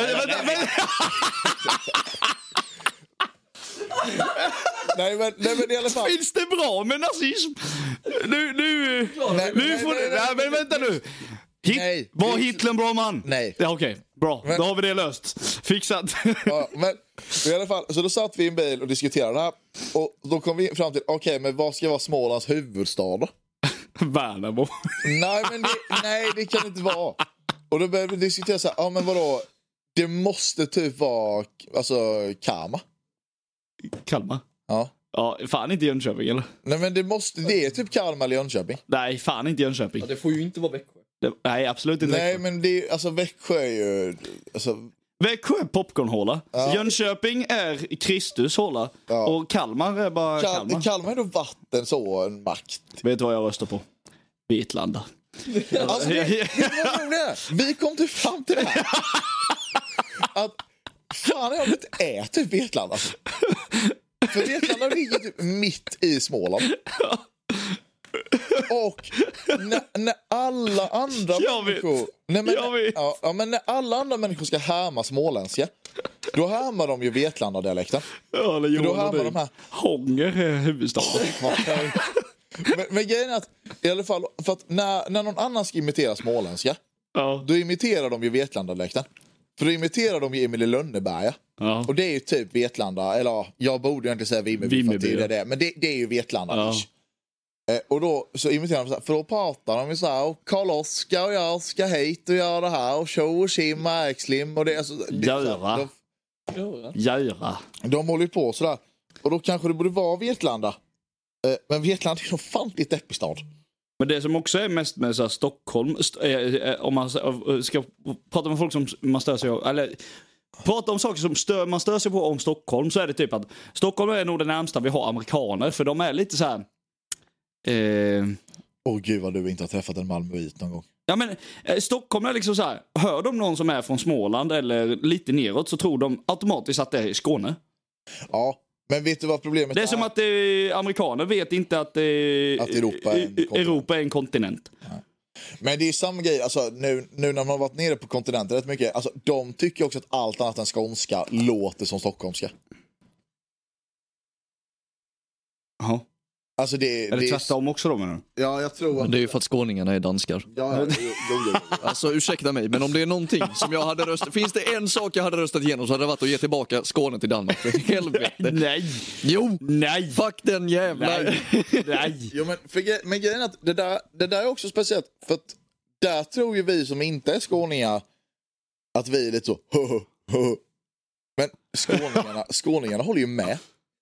Nej, men i alla fall. Finns det bra med nazism? Men vänta nu. Var Hitler en bra man? Nej. Ja, okej. Bra. Då har vi det löst. Fixat. Ja, men i alla fall, så då satt vi i en bil och diskuterade det här. Och då kom vi fram till, okej, men vad ska vara Smålands huvudstad då? Värnamo. Nej, det kan inte vara. Och då började vi diskutera så här, ja men vadå? Det måste typ vara, alltså, Kalmar? Ja. Ja, fan inte Jönköping, eller? Nej, men det är typ Kalmar eller Jönköping. Nej, fan inte Jönköping. Ja, det får ju inte vara Växjö. Nej, absolut inte. Nej, men det är, alltså Växjö är ju, alltså... Växjö är popcornhåla. Ja. Jönköping är Kristus håla. Ja. Och Kalmar är bara Kalmar. Kalmar är då vatten så en makt. Vet du vad jag röstar på? Vetlanda. Alltså, vi kom till fram till det här. Att fan, jag inte är typ Vetlanda. Alltså. För Vetlanda ligger typ mitt i Småland. Och när alla andra människor... men när alla andra människor ska härma småländska, då härmar de ju Vetlanda-dialekten. Ja, det då härmar de här... Hånger är huvudstaden. men grejen är att, i alla fall, för att när någon annan ska imitera småländska, då imiterar de ju Vetlanda-dialekten. För då imiterar de ju Emil i Lönneberga. Ja. Och det är ju typ Vetlanda, eller jag borde inte säga Vimmerby, men det är ju Vetlanda. Ja. Och då så imiterar de så här, för då pratar de ju så här, och Karl-Oskar och jag ska hit och göra det här, och show och Kim och Äxlim och det, alltså, Göra. De håller ju på sådär. Och då kanske det borde vara Vetlanda. Men Vetlanda är nog fan lite deppig stad. Men det som också är mest med så här Stockholm, om man ska prata med folk som man stör sig av, eller prata om saker som man stör sig på om Stockholm, så är det typ att Stockholm är nog det närmsta vi har amerikaner, för de är lite så här. Gud vad du inte har träffat en malmöit någon gång. Ja, men Stockholm är liksom så här, hör de någon som är från Småland eller lite neråt, så tror de automatiskt att det är Skåne. Ja. Men vet du vad problemet är? Det är som att amerikaner vet inte att Europa är en kontinent. Ja. Men det är samma grej, alltså, nu när man har varit nere på kontinenten rätt mycket, alltså, de tycker också att allt annat än skånska låter som stockholmska. Jaha. Alltså är det tvärtom också då, menar du? Ja, jag tror att... Men det är ju för att skåningarna är danskar. Ja. Alltså ursäkta mig, men om det är någonting som jag hade röstat... Finns det en sak jag hade röstat igenom, så hade det varit att ge tillbaka Skåne till Danmark. För helvete. Nej. Jo. Nej. Fuck den jävla... Nej. Jo, men grejen är att det där är också speciellt. För att där tror ju vi som inte är skåningar att vi är lite så... Men skåningarna håller ju med.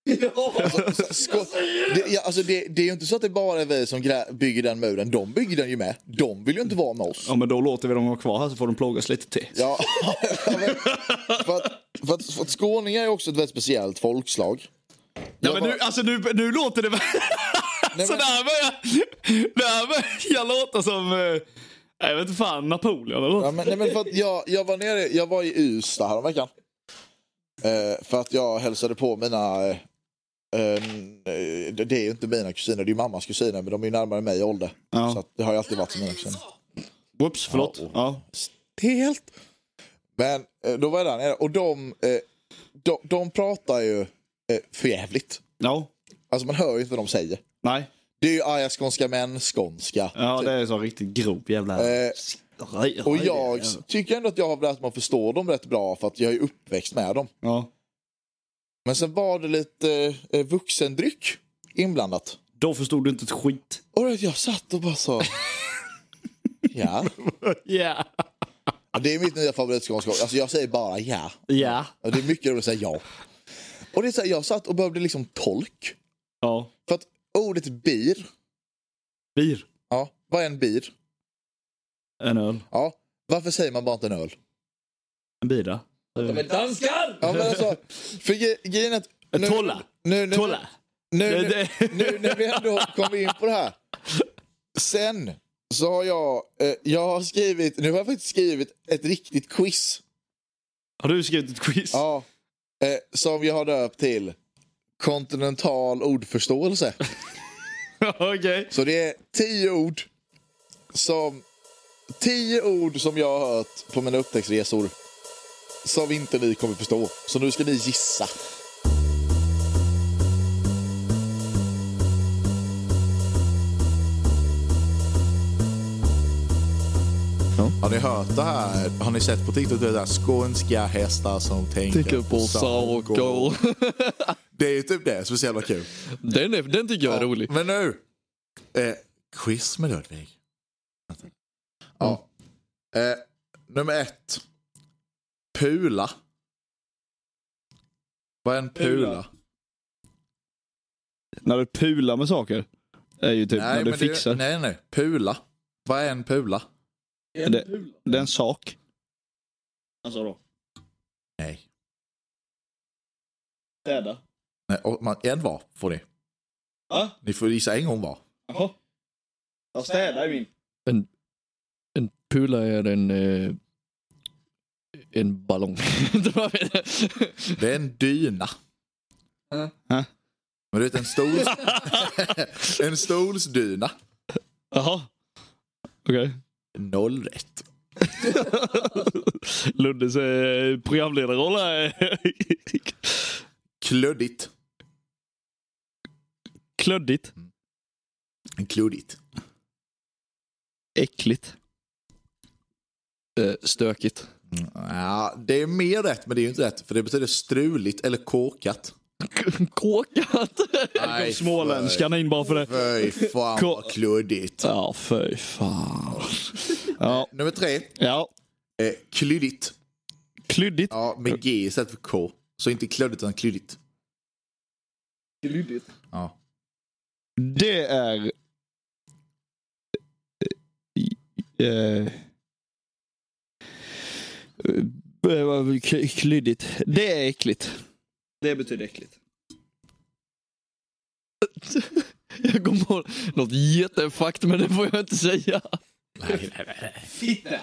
Det är ju inte så att det bara är vi som bygger den muren. De bygger den ju med. De vill ju inte vara med oss. Ja, men då låter vi dem vara kvar här, så får de plågas lite till. Ja, för att skåningar är också ett väldigt speciellt folkslag. Ja, men nu låter det... Så där börjar låta som... jag vet inte fan, Napoleon eller något. Ja, men för att jag var i Ystad här om veckan. För att jag hälsade på mina... det är ju inte mina kusiner, det är ju mammas kusiner, men de är ju närmare mig i ålder. Ja. Så att det har ju alltid varit som mina kusiner. Whoops, förlåt. Ja. Stelt. Men då var jag där nere, och de pratar ju för jävligt. Ja. Alltså man hör ju inte vad de säger. Nej. Det är ju arga skånska män, skånska. Ja, typ. Det är så riktigt grov jävla... och jag tycker ändå att jag har lärt mig att förstå dem rätt bra, för att jag är uppväxt med dem. Ja. Men sen var det lite vuxendryck inblandat. Då förstod du inte ett skit. Och jag satt och bara så... Ja. Ja. Det är mitt nya favoritskånska. Alltså jag säger bara ja. Ja. Och det är mycket roligt att säga ja. Och det är så här, jag satt och behövde liksom tolk. Ja. För att ordet bir. Bir. Ja, vad är en bir? En öl. Ja, varför säger man bara inte en öl? En bira. De är danskar! Ja, men alltså, för grejen är att... Tolla. Tolla. Nu när vi ändå kommer in på det här. Sen så har jag har skrivit, nu har jag faktiskt skrivit ett riktigt quiz. Har du skrivit ett quiz? Ja, som jag har döpt till kontinental ordförståelse. Okej. Så det är 10 ord som jag har hört på mina upptäcktsresor som inte ni kommer förstå. Så nu ska ni gissa. Har ni hört det här? Har ni sett på TikTok det där skånska hästar som tänker på saker. Det är ju typ det som är så jävla kul. Den tycker jag är rolig. Men nu, quiz med Ludvig. Ja. Nummer 1. Pula. Vad är en pula? När du pular med saker. Är ju typ när du fixar. Nej. Pula. Vad är en pula? Det är en sak. Alltså då? Nej. Städa. Nej, en var får ni. Va? Ni får gissa en gång var. Jaha. Jag städar i min. En pula är en ballong. Det är en dyna. Men du vet en stolsdyna. Jaha. Okej. 0 rätt. Lundes programledarroll är Kluddigt. Kluddigt. Kluddigt. Äckligt. Stökigt. Ja, det är mer rätt, men det är ju inte rätt. För det betyder struligt eller kåkat. Kåkat? Nej, småländskan in bara för det. Fy fan vad kluddigt. Ja, fy fan. Ja. Nummer 3. Ja. Klyddigt. Klyddigt? Ja, med G istället för K. Så inte kluddigt utan klyddigt. Klyddigt? Ja. Det är... klyddigt. Det är äckligt. Det betyder äckligt. Jag kommer på något jättefakt, men det får jag inte säga. Nej. Fitta.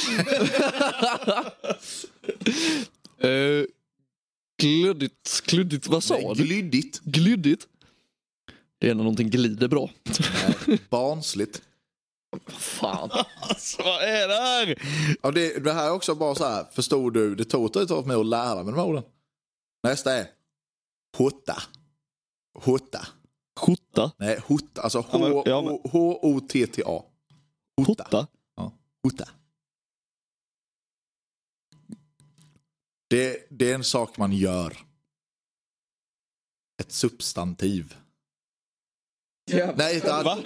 Kluddigt, vad sa du? Glyddigt. Det är när någonting glider bra. Nej, barnsligt. Fan. Alltså, vad är det här? Ja, det här är också bara så här, förstod du? Det tog ett tag med att lära mig de här orden. Nästa är hotta. Hotta. Hotta? Nej, hotta. Alltså H-O-T-T-A. Hotta? Ja, hotta. Det är en sak man gör. Ett substantiv. Ja. Nej, ett verb.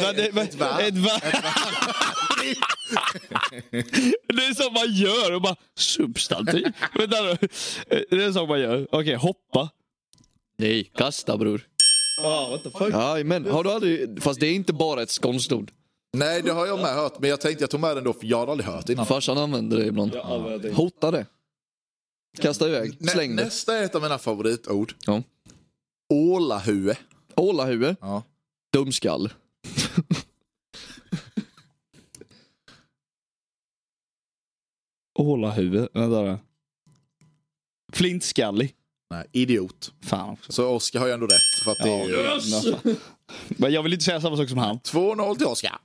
Det är så man gör. Och bara, substantiv. Vänta då. Det är så man gör. Okej, hoppa. Nej, kasta bror. What the fuck? Ja, men har du aldrig... Fast det är inte bara ett skånstord. Nej, det har jag med hört. Men jag tänkte jag tog med den då, för jag har aldrig hört det innan. Farsan använder det ibland. Hota det. Kasta iväg. Släng det. Nästa är ett av mina favoritord. Ja. Ålahue. Ålahue? Ja. Dumskall. Ålahuvud. Vänta där. Flintskallig. Nej, idiot. Fan också. Så Oskar har ju ändå rätt. För att det är ju... Men jag vill inte säga samma sak som han. 2-0 till Oskar.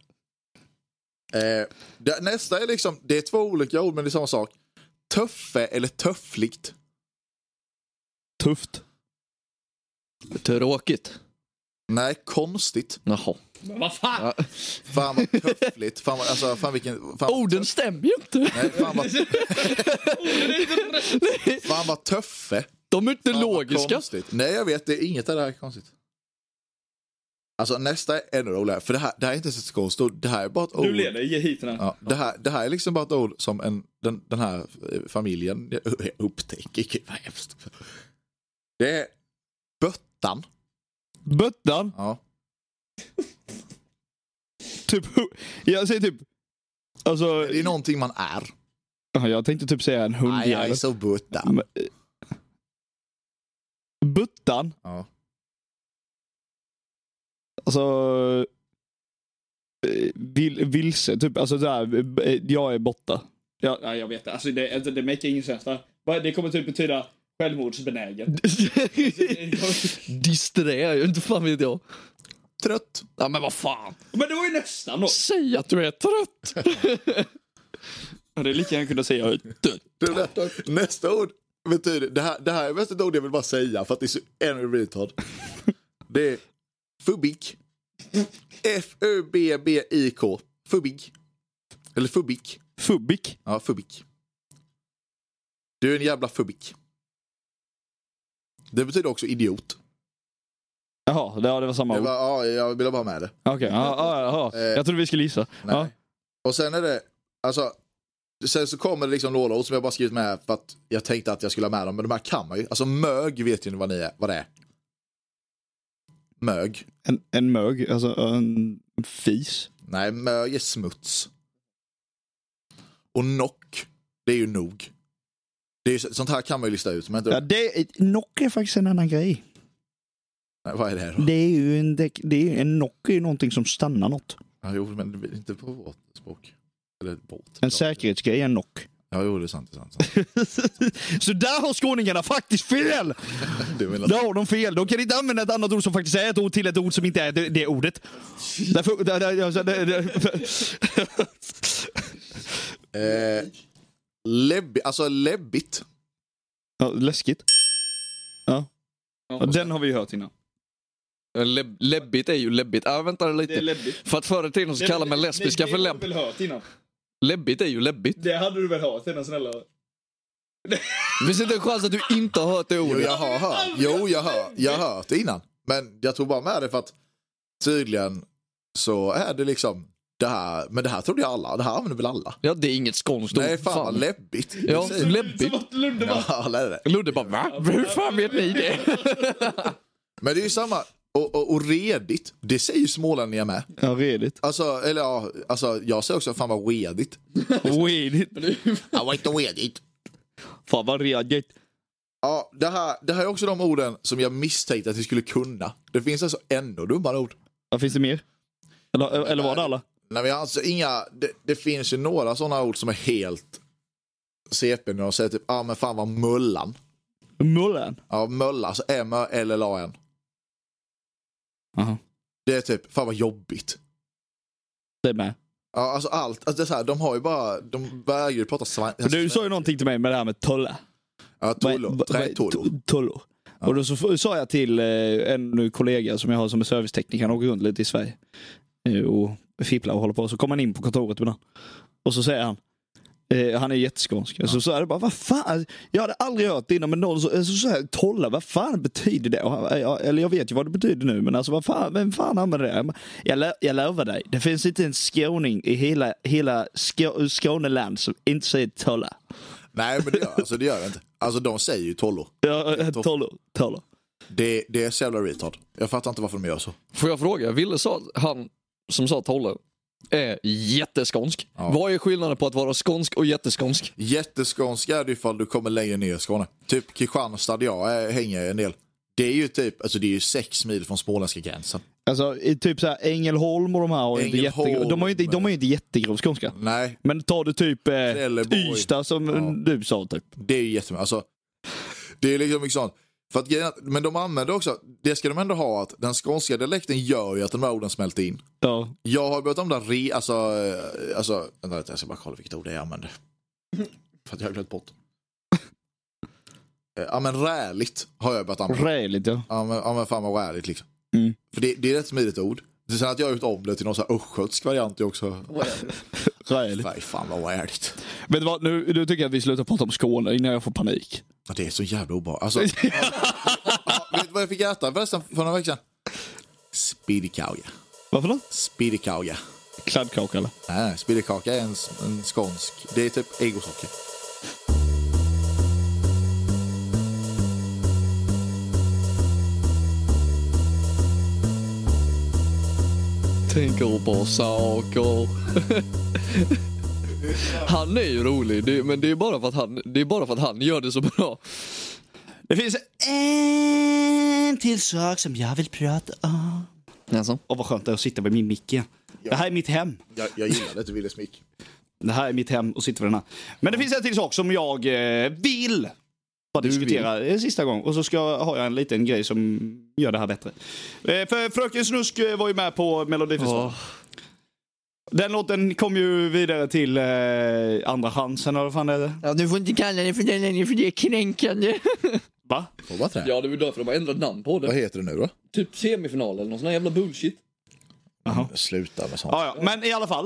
Nästa är liksom, det är 2 olika ord men det är samma sak. Töffe eller töffligt. Tufft. Tråkigt. Nej, konstigt. Jaha. Vad fan? Ja. Fan vad töffligt. Fan, alltså, fan vilken... Fan, Orden stämmer ju inte. Nej, fan vad töffe. De är inte Fan, logiska. Nej, jag vet. Det är inget av det här konstigt. Alltså nästa är ännu roligare. För det här är inte ens ett skånskt ord. Det här är bara ett ord. Du leder, ge hit den här. Ja, det här är liksom bara ett ord som den här familjen upptäcker. Gud vad hemskt. Det är böttan. Böttan? Ja. Typ, jag säger typ... Alltså... Det är någonting man är. Jag tänkte typ säga en hund. Nej, jag är så buttan. Buttan? Ja. Alltså... vilse, typ. Alltså där, jag är borta. Jag vet det. Alltså det make ingen sens. Det kommer typ betyda självmordsbenägen. Disträ, inte fan vet jag. Trött. Ja, men vad fan. Men det var ju nästan något. Säg att du är trött. Det är lika gärna kunna säga nästa ord betyder, det här är mest ett ord jag vill bara säga för att det är så ännu retard. Det är fubik. F-U-B-B-I-K. Fubik. Eller fubik. Fubik? Ja, fubik. Du är en jävla fubik. Det betyder också idiot. Jaha, det var samma ord. Ja, jag ville bara med det. Okej, jag trodde vi skulle gissa. Nej. Ja. Och sen är det, alltså, sen så kommer det liksom några ord som jag bara skrivit med för att jag tänkte att jag skulle ha med dem. Men de här kan man ju. Alltså mög vet ju vad det är. Mög. En mög, alltså en fis. Nej, mög är smuts. Och nock, det är ju nog. Det är ju, sånt här kan man ju lista ut. Men inte... Nock är faktiskt en annan grej. Nej, vad är det här då? Det är ju en nock är ju någonting som stannar något. Ja, jo, men inte på vårt språk. Eller båt. En säkerhetsgrej är en nock. Ja, jo, det är sant. Så där har skåningarna faktiskt fel! Där har de fel. De kan inte använda ett annat ord som faktiskt är ett ord till ett ord som inte är det ordet. Läbbigt. Ja, läskigt. Ja. Den har vi ju hört innan. Läbbigt är ju läbbigt. Vänta lite. Det är läbbigt. För att förr i tiden så kallar man lesbiska för läbb. Det har du väl hört innan? Läbbigt är ju läbbigt. Det hade du väl hört innan, snälla. Finns det inte en chans att du inte har hört det ordet? Jo, jag har hört. Jag har hört det innan. Men jag tog bara med det för att tydligen så är det liksom det här. Men det här trodde jag alla. Det här använder väl alla? Ja, det är inget skånskt ord. Nej, fan vad läbbigt. Ja, läbbigt. Ludde bara, va? Hur fan vet ni det? Men det är ju samma. Och redigt, det säger ju smålänningar med. Ja, redigt. Alltså, eller ja, alltså, jag säger också fan vad redigt. Redigt. Jag var inte redigt. Fan vad redigt. Ja, det här är också de orden som jag misstänkte att vi skulle kunna. Det finns alltså ännu dummare ord. Ja, finns det mer? Eller var det alla? Nej, men alltså inga, det finns ju några sådana ord som är helt CP när de säger typ, men fan vad mullan. Mullan? Ja, mölla, alltså M-L-L-A-N. Aha. Det är typ, fan vad jobbigt. Det är med. Ja, alltså allt, alltså det är så här, de har ju bara, de vägrar ju prata svenska. Du sa ju någonting till mig med det här med tulla. Ja, tullor. Ja. Och då så sa jag till en kollega som jag har som är servicetekniker, han åker runt lite i Sverige och fipplar och håller på, så kommer han in på kontoret med den. Och så säger han, han är jätteskånsk. Ja. Så är det bara, vad fan? Jag hade aldrig hört det innan, men någon så här, tolla, vad fan betyder det? Eller jag vet ju vad det betyder nu, men alltså vem fan använder det? Jag lovar dig, det finns inte en skåning i hela Skåneland som inte säger tolla. Nej, men det gör det inte. Alltså de säger ju tollor. Ja, tollor. Det är så jävla retard. Jag fattar inte varför de gör så. Får jag fråga, Ville sa han som sa tollor är jätteskånsk. Ja. Vad är skillnaden på att vara skånsk och jätteskånsk? Jätteskånsk är det ifall du kommer längre ner i Skåne. Typ Kristianstad, jag hänger en del. Det är ju typ, alltså det är ju 6 mil från småländska gränsen. Alltså typ så här Ängelholm och de här har inte de har ju inte jättegrov skånska. Nej. Men tar du typ Ystad som du sa typ. Det är ju jättemycket. Alltså det är liksom mycket sånt. För att, men de använder också, det ska de ändå ha, att den skånska dialekten gör ju att de här orden smälter in. Ja. Jag har börjat om det vänta, jag ska bara kolla vilket ord det är jag använder. För att jag har glömt bort. Ja, men räligt har jag börjat använda. Räligt, ja. Ja, men fan vad räligt liksom. Mm. För det är ett smidigt ord. Det är sen att jag har gjort om det till någon sån här östgötsk variant också. Räligt. Nej, fan vad räligt. Vet du vad, nu tycker jag att vi slutar prata om Skåne innan jag får panik. Ja, det är så jävla obehagligt. Alltså, vet du vad jag fick äta förresten för några veckor sedan? Speedykauga. Varför då? Speedykauga. Kladdkaka eller? Nej, speedykaka är en skånsk. Det är typ egosocker. Tänker på saker. Han är ju rolig, men det är bara för att han gör det så bra. Det finns en till sak som jag vill prata om. Alltså? Och vad skönt det är att sitta vid min mick igen. Det här är mitt hem. Jag gillar det, du ville smick. Det här är mitt hem och sitter vid den här. Men det finns en till sak som jag vill bara diskutera sista gång. Och så har jag en liten grej som gör det här bättre. För Fröken Snusk var ju med på Melodifestivalen. Den låten kom ju vidare till andra chansen, eller vad fan är det? Ja, du får inte kalla det för den, för det är kränkande. Va? Ja, det är därför de har ändrat namn på det. Vad heter det nu då? Typ semifinal eller någon sån här jävla bullshit. Aha. Sluta med sånt. Ja, men i alla fall.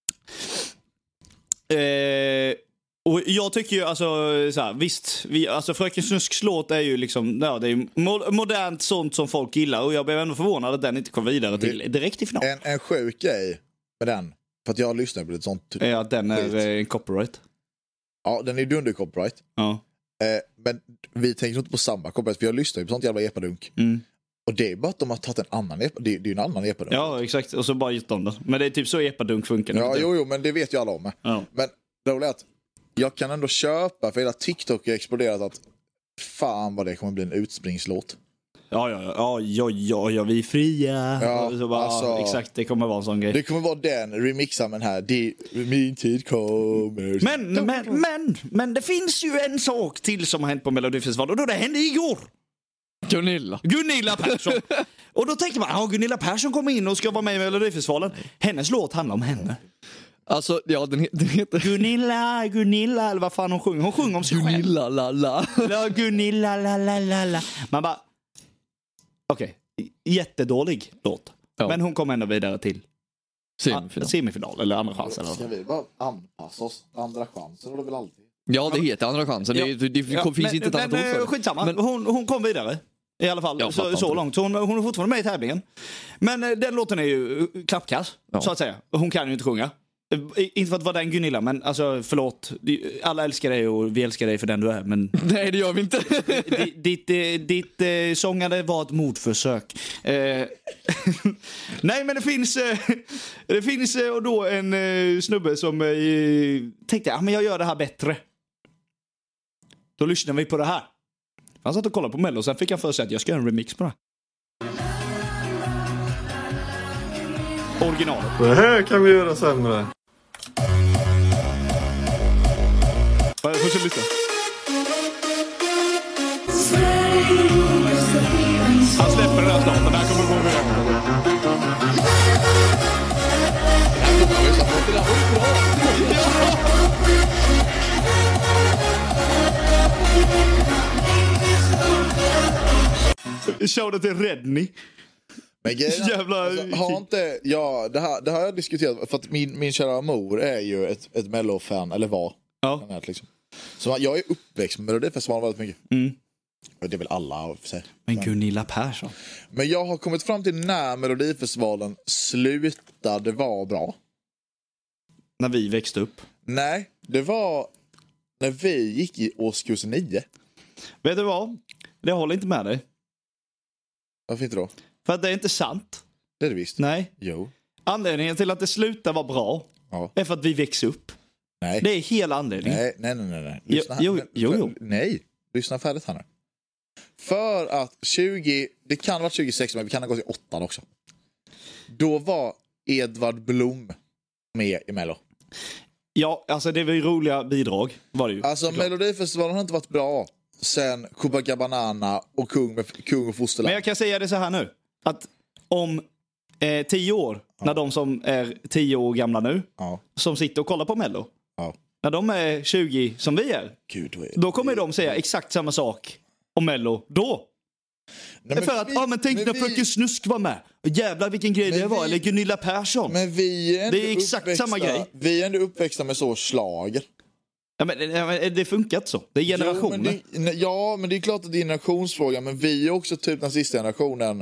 Och jag tycker ju alltså så här, visst, alltså Fröken Snusks låt är ju liksom, ja, det är modernt sånt som folk gillar, och jag blev ändå förvånad att den inte kom vidare till direkt i final. En sjuk grej med den, för att jag lyssnar på ett sånt typ. Ja, den är en copyright. Ja, den är dunder copyright. Ja. Men vi tänker inte på samma copyright, för jag lyssnar ju på sånt jävla epadunk. Och det är bara att de har tagit en annan det är ju en annan epadunk. Ja, exakt, och så bara gjort om den. Men det är typ så epadunk funkar. Ja, jo, men det vet ju alla om. Ja. Men det är att jag kan ändå köpa, för hela TikTok har exploderat, att fan vad det kommer bli en utspringslåt. Ja, vi är fria. Ja, så bara, alltså, exakt, det kommer vara en sån grej. Det kommer vara den remixar med den här, min tid kommer. Men det finns ju en sak till som har hänt på Melodifestivalen, och då det hände igår. Gunilla Persson. Och då tänker man, Gunilla Persson kommer in och ska vara med i Melodifestivalen. Hennes låt handlar om henne. Alltså, ja, den heter Gunilla, eller vad fan hon sjunger. Hon sjunger om sig själv. Gunilla, lala. Ja, Gunilla, la. Man bara, okej, jättedålig låt. Ja. Men hon kommer ändå vidare till semifinal eller andra chansen. Ska vi bara anpassa oss? Andra chansen har det väl alltid? Ja, det heter andra chansen. Det finns inte ett annat ord för det. Skitsamma, men hon kom vidare. I alla fall så långt. Så hon är fortfarande med i tävlingen. Men den låten är ju klappkass, så att säga. Hon kan ju inte sjunga. Inte för att vara den Gunilla, men alltså förlåt. Alla älskar dig och vi älskar dig för den du är, men nej, det gör vi inte. Ditt sångande var ett mordförsök. Nej, men det finns och då en snubbe som tänkte, men jag gör det här bättre. Då lyssnar vi på det här. Han satt och kollade på Mello, sen fick han för sig att jag ska göra en remix på det. Originalet. Det här kan vi göra sämre. Fortsätt lyssna. Han släpper den här snart, men där kommer det gå vidare. Shoutout till Redney. Men jävla har inte, det har jag diskuterat, för att min kära mor är ju ett Mello-fan, eller var. Ja. Liksom. Så jag är uppväxt med Melodifestivalen väldigt mycket. Och det är väl alla för sig. Men Gunilla Persson. Men jag har kommit fram till när Melodifestivalen slutade vara bra. När vi växte upp. Nej, det var när vi gick i årskurs 9. Vet du vad? Det håller inte med dig. Varför inte då? För att det är inte sant. Det är det visst. Nej. Jo. Anledningen till att det slutar vara bra är för att vi växer upp. Nej. Det är hela anledningen. Nej. Lyssna Jo. Nej, lyssna färdigt här nu. För att det kan ha varit 2016, men vi kan ha gått i 8 också. Då var Edvard Blom med i Mello. Ja, alltså det var ju roliga bidrag, var det ju. Alltså Melodifestivalen har inte varit bra sen Copacabana och Kung och Fosterland. Men jag kan säga det så här nu, att om 10 år, när de som är 10 år gamla nu, som sitter och kollar på Mello, när de är 20 som vi är, då kommer de säga exakt samma sak om Mello då. Nej, för att, tänk när Fröken Snusk var med. Jävlar vilken grej det var. Eller Gunilla Persson. Men det är exakt samma grej. Vi är ändå uppväxta med så slager. Ja, men det funkar inte så. Det är generationer. Men det är klart att det är generationsfråga. Men vi är också typ den sista generationen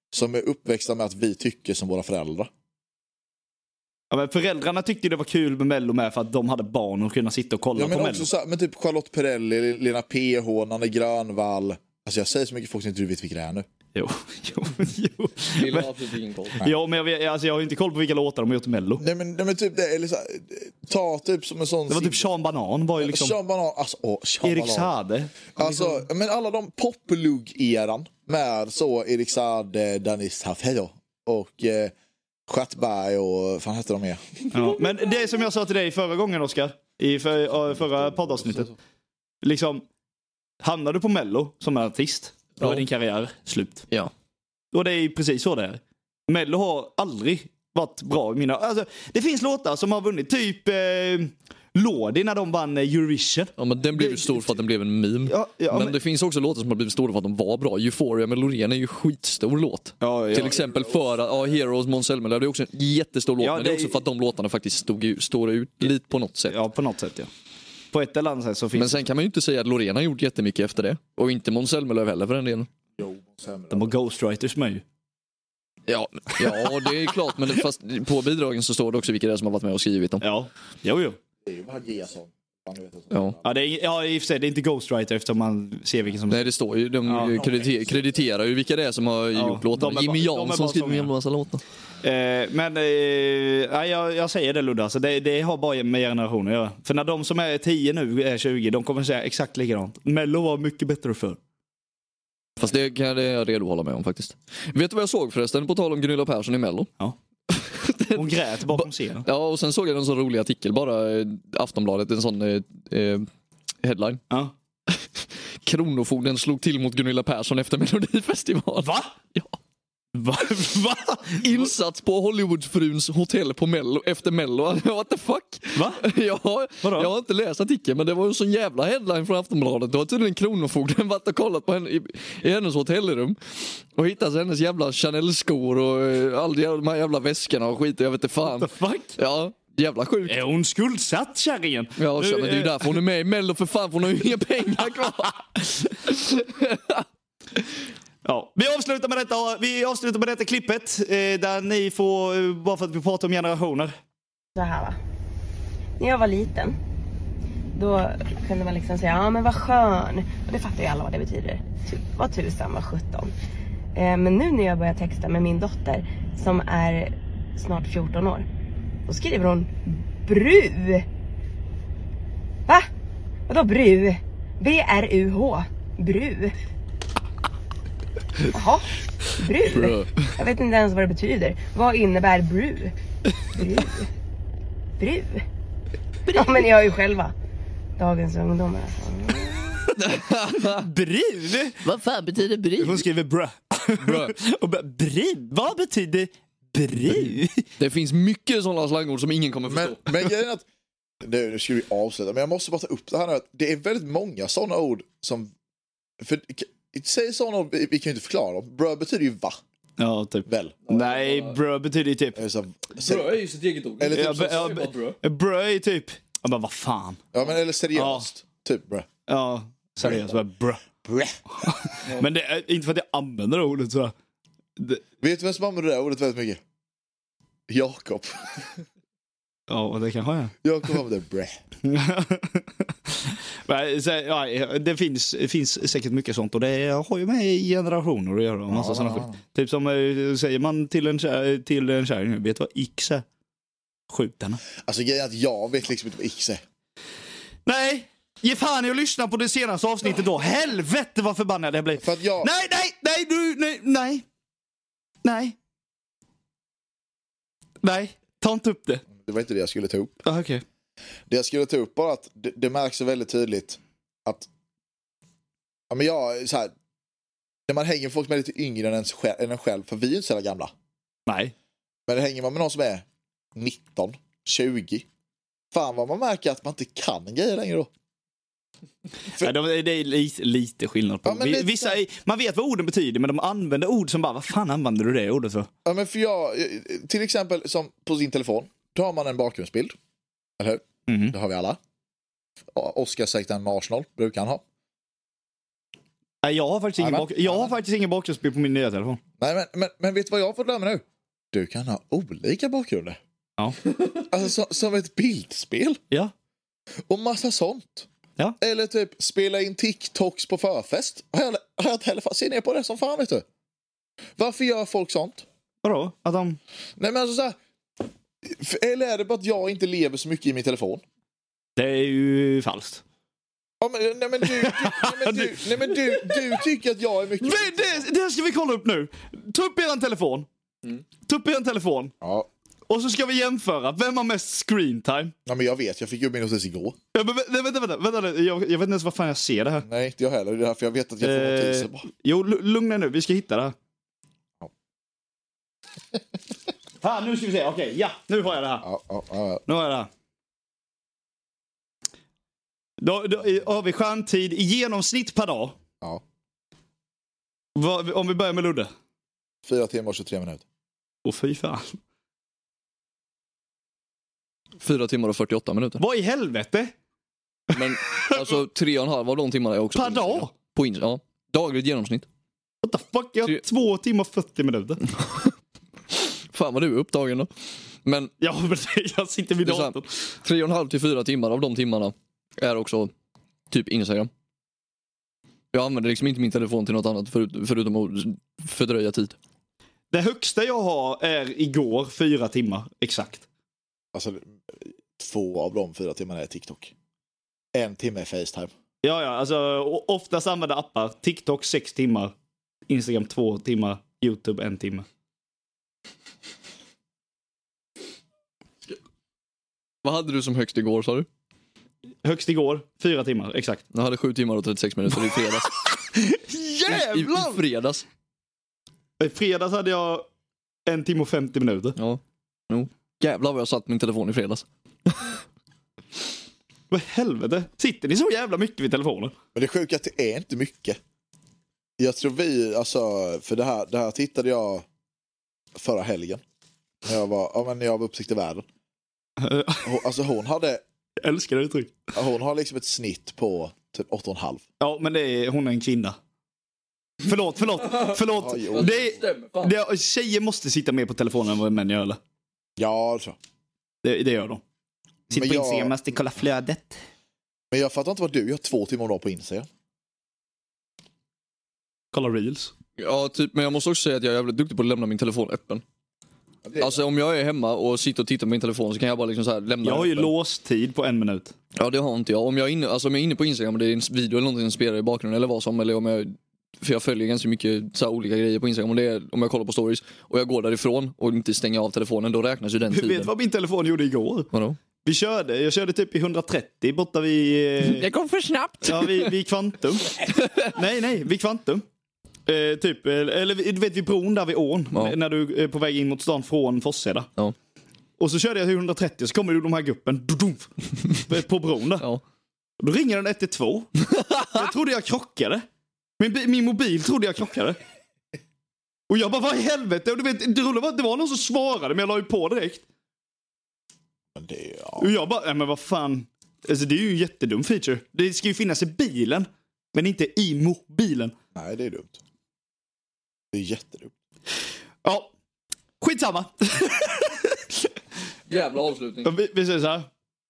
som är uppväxta med att vi tycker som våra föräldrar. Ja, men föräldrarna tyckte det var kul med Mello med för att de hade barn och kunde sitta och kolla på Mello. Så, men typ Charlotte Perrelli, Lena PH, Nanne Grönvall. Alltså jag säger så mycket folk som inte du vet vilka det är nu. Jo. Det är absolut ingen koll. Ja, men jag har ju inte koll på vilka låtar de har gjort i Mello. Nej men typ det är liksom, ta typ som en sån. Det var typ Sean Banan var ju liksom. Sean Banan, alltså Sean Erik Banan. Sade. Alltså, men alla de poplugg-eran med så Erik Sade, Danis Hafejo och Stjärtberg och fan heter de mer. Ja, men det som jag sa till dig förra gången, Oskar, i förra poddavsnittet. Liksom, hamnar du på Mello som en artist, då är din karriär slut. Ja. Och det är precis så det är. Mello har aldrig varit bra i mina... Alltså, det finns låtar som har vunnit, typ Lordi när de vann Eurovision. Ja, men den blev ju stor för att den blev en meme. Men det finns också låtar som har blivit stora för att de var bra. Euphoria med Loreen är ju skitstor låt. Till exempel för Heroes, Måns Zelmerlöw, det är också en jättestor låt. Men det är också för att de låtarna faktiskt står ut lite på något sätt. Ja, på något sätt, ja. På ett eller annat sätt så finns. Men sen kan man ju inte säga att Loreen har gjort jättemycket efter det. Och inte Måns Zelmerlöw heller för den delen. De har ghostwriters med ju. Ja, det är klart. Men fast på bidragen så står det också vilka det är som har varit med och skrivit dem. Ja, jo. Det är ju bara Gesson. Ja, det är, i och för sig, det är inte ghostwriter eftersom man ser vilken som... Nej, det står ju, de krediterar ju vilka det är som har gjort låtarna. Jimmy Jansson skriver en massa låtar. Jag säger det, Ludde, alltså, det har bara med generationer att göra. För när de som är 10 nu är 20, de kommer säga exakt likadant. Mello var mycket bättre förr. Fast det kan jag redo hålla med om faktiskt. Vet du vad jag såg förresten på tal om Gunilla Persson i Mello? Ja. Hon grät bakom scenen. Ja, och sen såg jag en sån rolig artikel bara Aftonbladet, en sån headline. Ja. Kronofogden slog till mot Gunilla Persson efter Melodifestival. Va? Ja. Va? Insats på Hollywoodfruns hotell på Mello efter Mello. What the fuck? Va? Jag har inte läst artikeln, men det var en sån jävla headline från Aftonbladet. Då har tydligen Kronofogden varit och kollat på henne i hennes hotellrum och hittat hennes jävla Chanel-skor och alla de här jävla väskorna och skit. Jag vet inte fan. What the fuck? Ja, jävla sjukt. Är hon skuldsatt, kärringen? Ja, men det är ju därför hon är med i Mello, för fan, för hon har ju inga pengar kvar. Ja, vi avslutar med detta klippet där ni får, bara för att vi pratar om generationer. Så här, va. När jag var liten, då kunde man liksom säga, ja men vad skön. Och det fattar ju alla vad det betyder. Vad tusan, vad 17. Men nu när jag börjar texta med min dotter som är snart 14 år, då skriver hon bru. Va? Vadå bru? B-R-U-H. Bru. Jaha, bru. Jag vet inte ens vad det betyder. Vad innebär bru? Bru. Ja, men jag är ju själva dagens ungdomar. Bru? Vad fan betyder bru? Hon skriver bra. Och bru? Vad betyder bru? Det finns mycket sådana slangord som ingen kommer förstå. Men grejen är att, nu ska vi avsluta, men jag måste bara ta upp det här nu, att det är väldigt många sådana ord som, för säg sådana ord, vi kan ju inte förklara dem. Brö betyder ju va? Ja, typ. Väl? Nej, brö betyder ju typ... Brö är ju sitt eget ord. Eller typ brö är typ... Ja, men vad fan? Ja, men eller seriöst. Typ brö. Ja, seriöst. Brö. Men det är inte för att jag använder ordet så. Vet du vem som använder det här ordet väldigt mycket? Jakob. Ja, det kanske är. Jakob använder brö. Det finns säkert mycket sånt, och det har ju med generationer att göra. Massa såna typ som säger man till en kärring, vet du vad X är? Skjut henne. Alltså grejen är att jag vet liksom inte vad X är. Nej, ge fan i att lyssna på det senaste avsnittet då. Helvete vad förbannad jag blir. För att jag... Nej, ta inte upp det. Det var inte det jag skulle ta upp. Okej. Det jag skulle ta upp bara att det märks så väldigt tydligt att ja, men jag så här, när man hänger med folk som är lite yngre än en själv, för vi är inte så gamla. Nej. Men det hänger man med någon som är 19, 20. Fan vad man märker att man inte kan en grej längre då. Det är lite skillnad på. Vissa man vet vad orden betyder, men de använder ord som bara, vad fan använder du det ordet för? Ja, men för jag, till exempel som på sin telefon, då har man en bakgrundsbild. Eller hur? Det har vi alla. Oscar sagt en med Arsenal, brukar han ha. Nej, jag har faktiskt ingen bakgrundsbild på min nya telefon. Nej, men vet du vad jag har fått lära mig nu? Du kan ha olika bakgrunder. Ja. Alltså som ett bildspel. Ja. Och massa sånt. Ja. Eller typ spela in TikToks på förfest. Har jag inte heller ser ner på det som fan, vet du. Varför gör folk sånt? Vadå? Att de... Nej, men alltså så här, eller är det bara att jag inte lever så mycket i min telefon? Det är ju falskt. Ja, men du tycker att jag är mycket... Det ska vi kolla upp nu. Ta upp er telefon. Ja. Och så ska vi jämföra. Vem har mest screen time? Ja, men jag vet. Jag fick ju min notis igår. Ja, men vänta. Jag vet inte ens vad fan jag ser det här. Nej, inte jag heller. Det är därför jag vet att jag får notiser bara. Jo, lugna nu. Vi ska hitta det här. Ja. Nu ska vi se. Okej, ja. Nu har jag det här. Ja. Nu har jag det här. Då har vi skärmtid i genomsnitt per dag. Ja. Om vi börjar med Ludde. 4 timmar och 23 minuter. Åh, fy fan. 4 timmar och 48 minuter. Vad i helvete? Men alltså 3,5 av de timmarna är också per dag? Ja, dagligt genomsnitt. What the fuck? Jag har 2 timmar och 40 minuter. Fan vad du är upptagen då. Men ja, men jag sitter vid datorn. 3,5 till 4 timmar av de timmarna är också typ Instagram. Jag använder liksom inte min telefon till något annat förutom att fördröja tid. Det högsta jag har är igår 4 timmar, exakt. Alltså 2 av de 4 timmarna är TikTok. 1 timme är FaceTime. Ja, alltså oftast använder appar. TikTok 6 timmar, Instagram 2 timmar, YouTube 1 timme. Vad hade du som högst igår, sa du? Högst igår, 4 timmar, exakt. Jag hade 7 timmar och 36 minuter i fredags. Jävlar! I fredags. I fredags hade jag 1 timme och 50 minuter. Ja, no. Jävlar vad jag satt min telefon i fredags. Vad helvete? Sitter ni så jävla mycket vid telefonen? Men det sjuka är att det är inte mycket. Jag tror för det här tittade jag förra helgen. När jag var uppsikt i världen. Alltså hon hade... Jag älskar det uttryck. Hon har liksom ett snitt på typ 8,5. Ja, men hon är en kvinna. Förlåt. Ja, tjejer måste sitta mer på telefonen än vad män gör, eller? Ja, så. Det gör de. Sitt på Instagram, måste kolla flödet. Men jag fattar inte vad du gör 2 timmar om dagen på Instagram. Kolla reels. Ja, typ, men jag måste också säga att jag är jävligt duktig på att lämna min telefon öppen. Alltså om jag är hemma och sitter och tittar på min telefon så kan jag bara liksom så här lämna. Jag har ju öppen. låstid på 1 minut. Ja, det har inte jag. Om jag är inne på Instagram och det är en video eller någonting som spelar i bakgrunden eller vad som, eller om för jag följer ganska mycket så här olika grejer på Instagram, om jag kollar på stories och jag går därifrån och inte stänger av telefonen, då räknas ju den tiden. Vet vad min telefon gjorde igår? Vadå? Jag körde typ i 130 borta vid... Det kom för snabbt. Ja, vid Kvantum. Nej, vid Kvantum. Typ, eller du vet vid bron där vid ån, ja. När du är på väg in mot stan från Forsheda. Ja. Och så körde jag 130 och så kommer du de här guppen på bron där. Ja. Då ringer den 112. Jag trodde jag krockade. Min mobil trodde jag krockade. Och jag bara, vad i helvete? Och du vet, det var någon som svarade, men jag la ju på direkt. Och jag bara, men vad fan. Alltså, det är ju en jättedum feature. Det ska ju finnas i bilen, men inte i mobilen. Nej, det är dumt. Det är jättedumt. Ja, skitsamma. Jävla avslutning. Vi säger så här.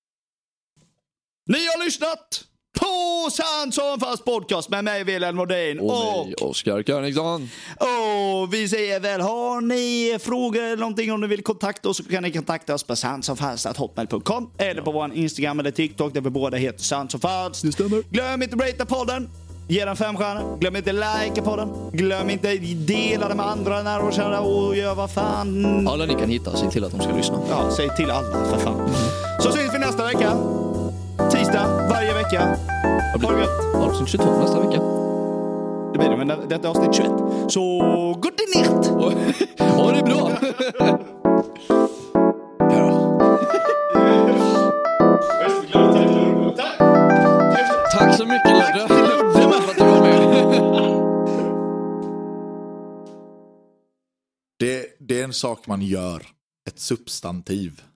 Ni har lyssnat på Sant som fast podcast med mig, Wilhelm Nordin och mig, Oskar Königson. Och vi säger väl, har ni frågor eller någonting om ni vill kontakta oss, så kan ni kontakta oss på santsomfast@hotmail.com eller på vår Instagram eller TikTok där vi båda heter Sant som fast. Det stämmer. Glöm inte att ratea podden. Ge den 5 stjärnor. Glöm inte likea podden. Glöm inte dela det med andra när de känner och gör vad fan. Alla ni kan hitta, säg till att de ska lyssna. Ja, säg till alla för fan. Så syns vi nästa vecka. Tisdag, varje vecka. Ha det gött. Avsnitt 22 nästa vecka. Det blir det, men detta är avsnitt 21. Så god natt! Ha det bra! Tack så mycket, Ludde. För att du var med. Det är en sak man gör. Ett substantiv.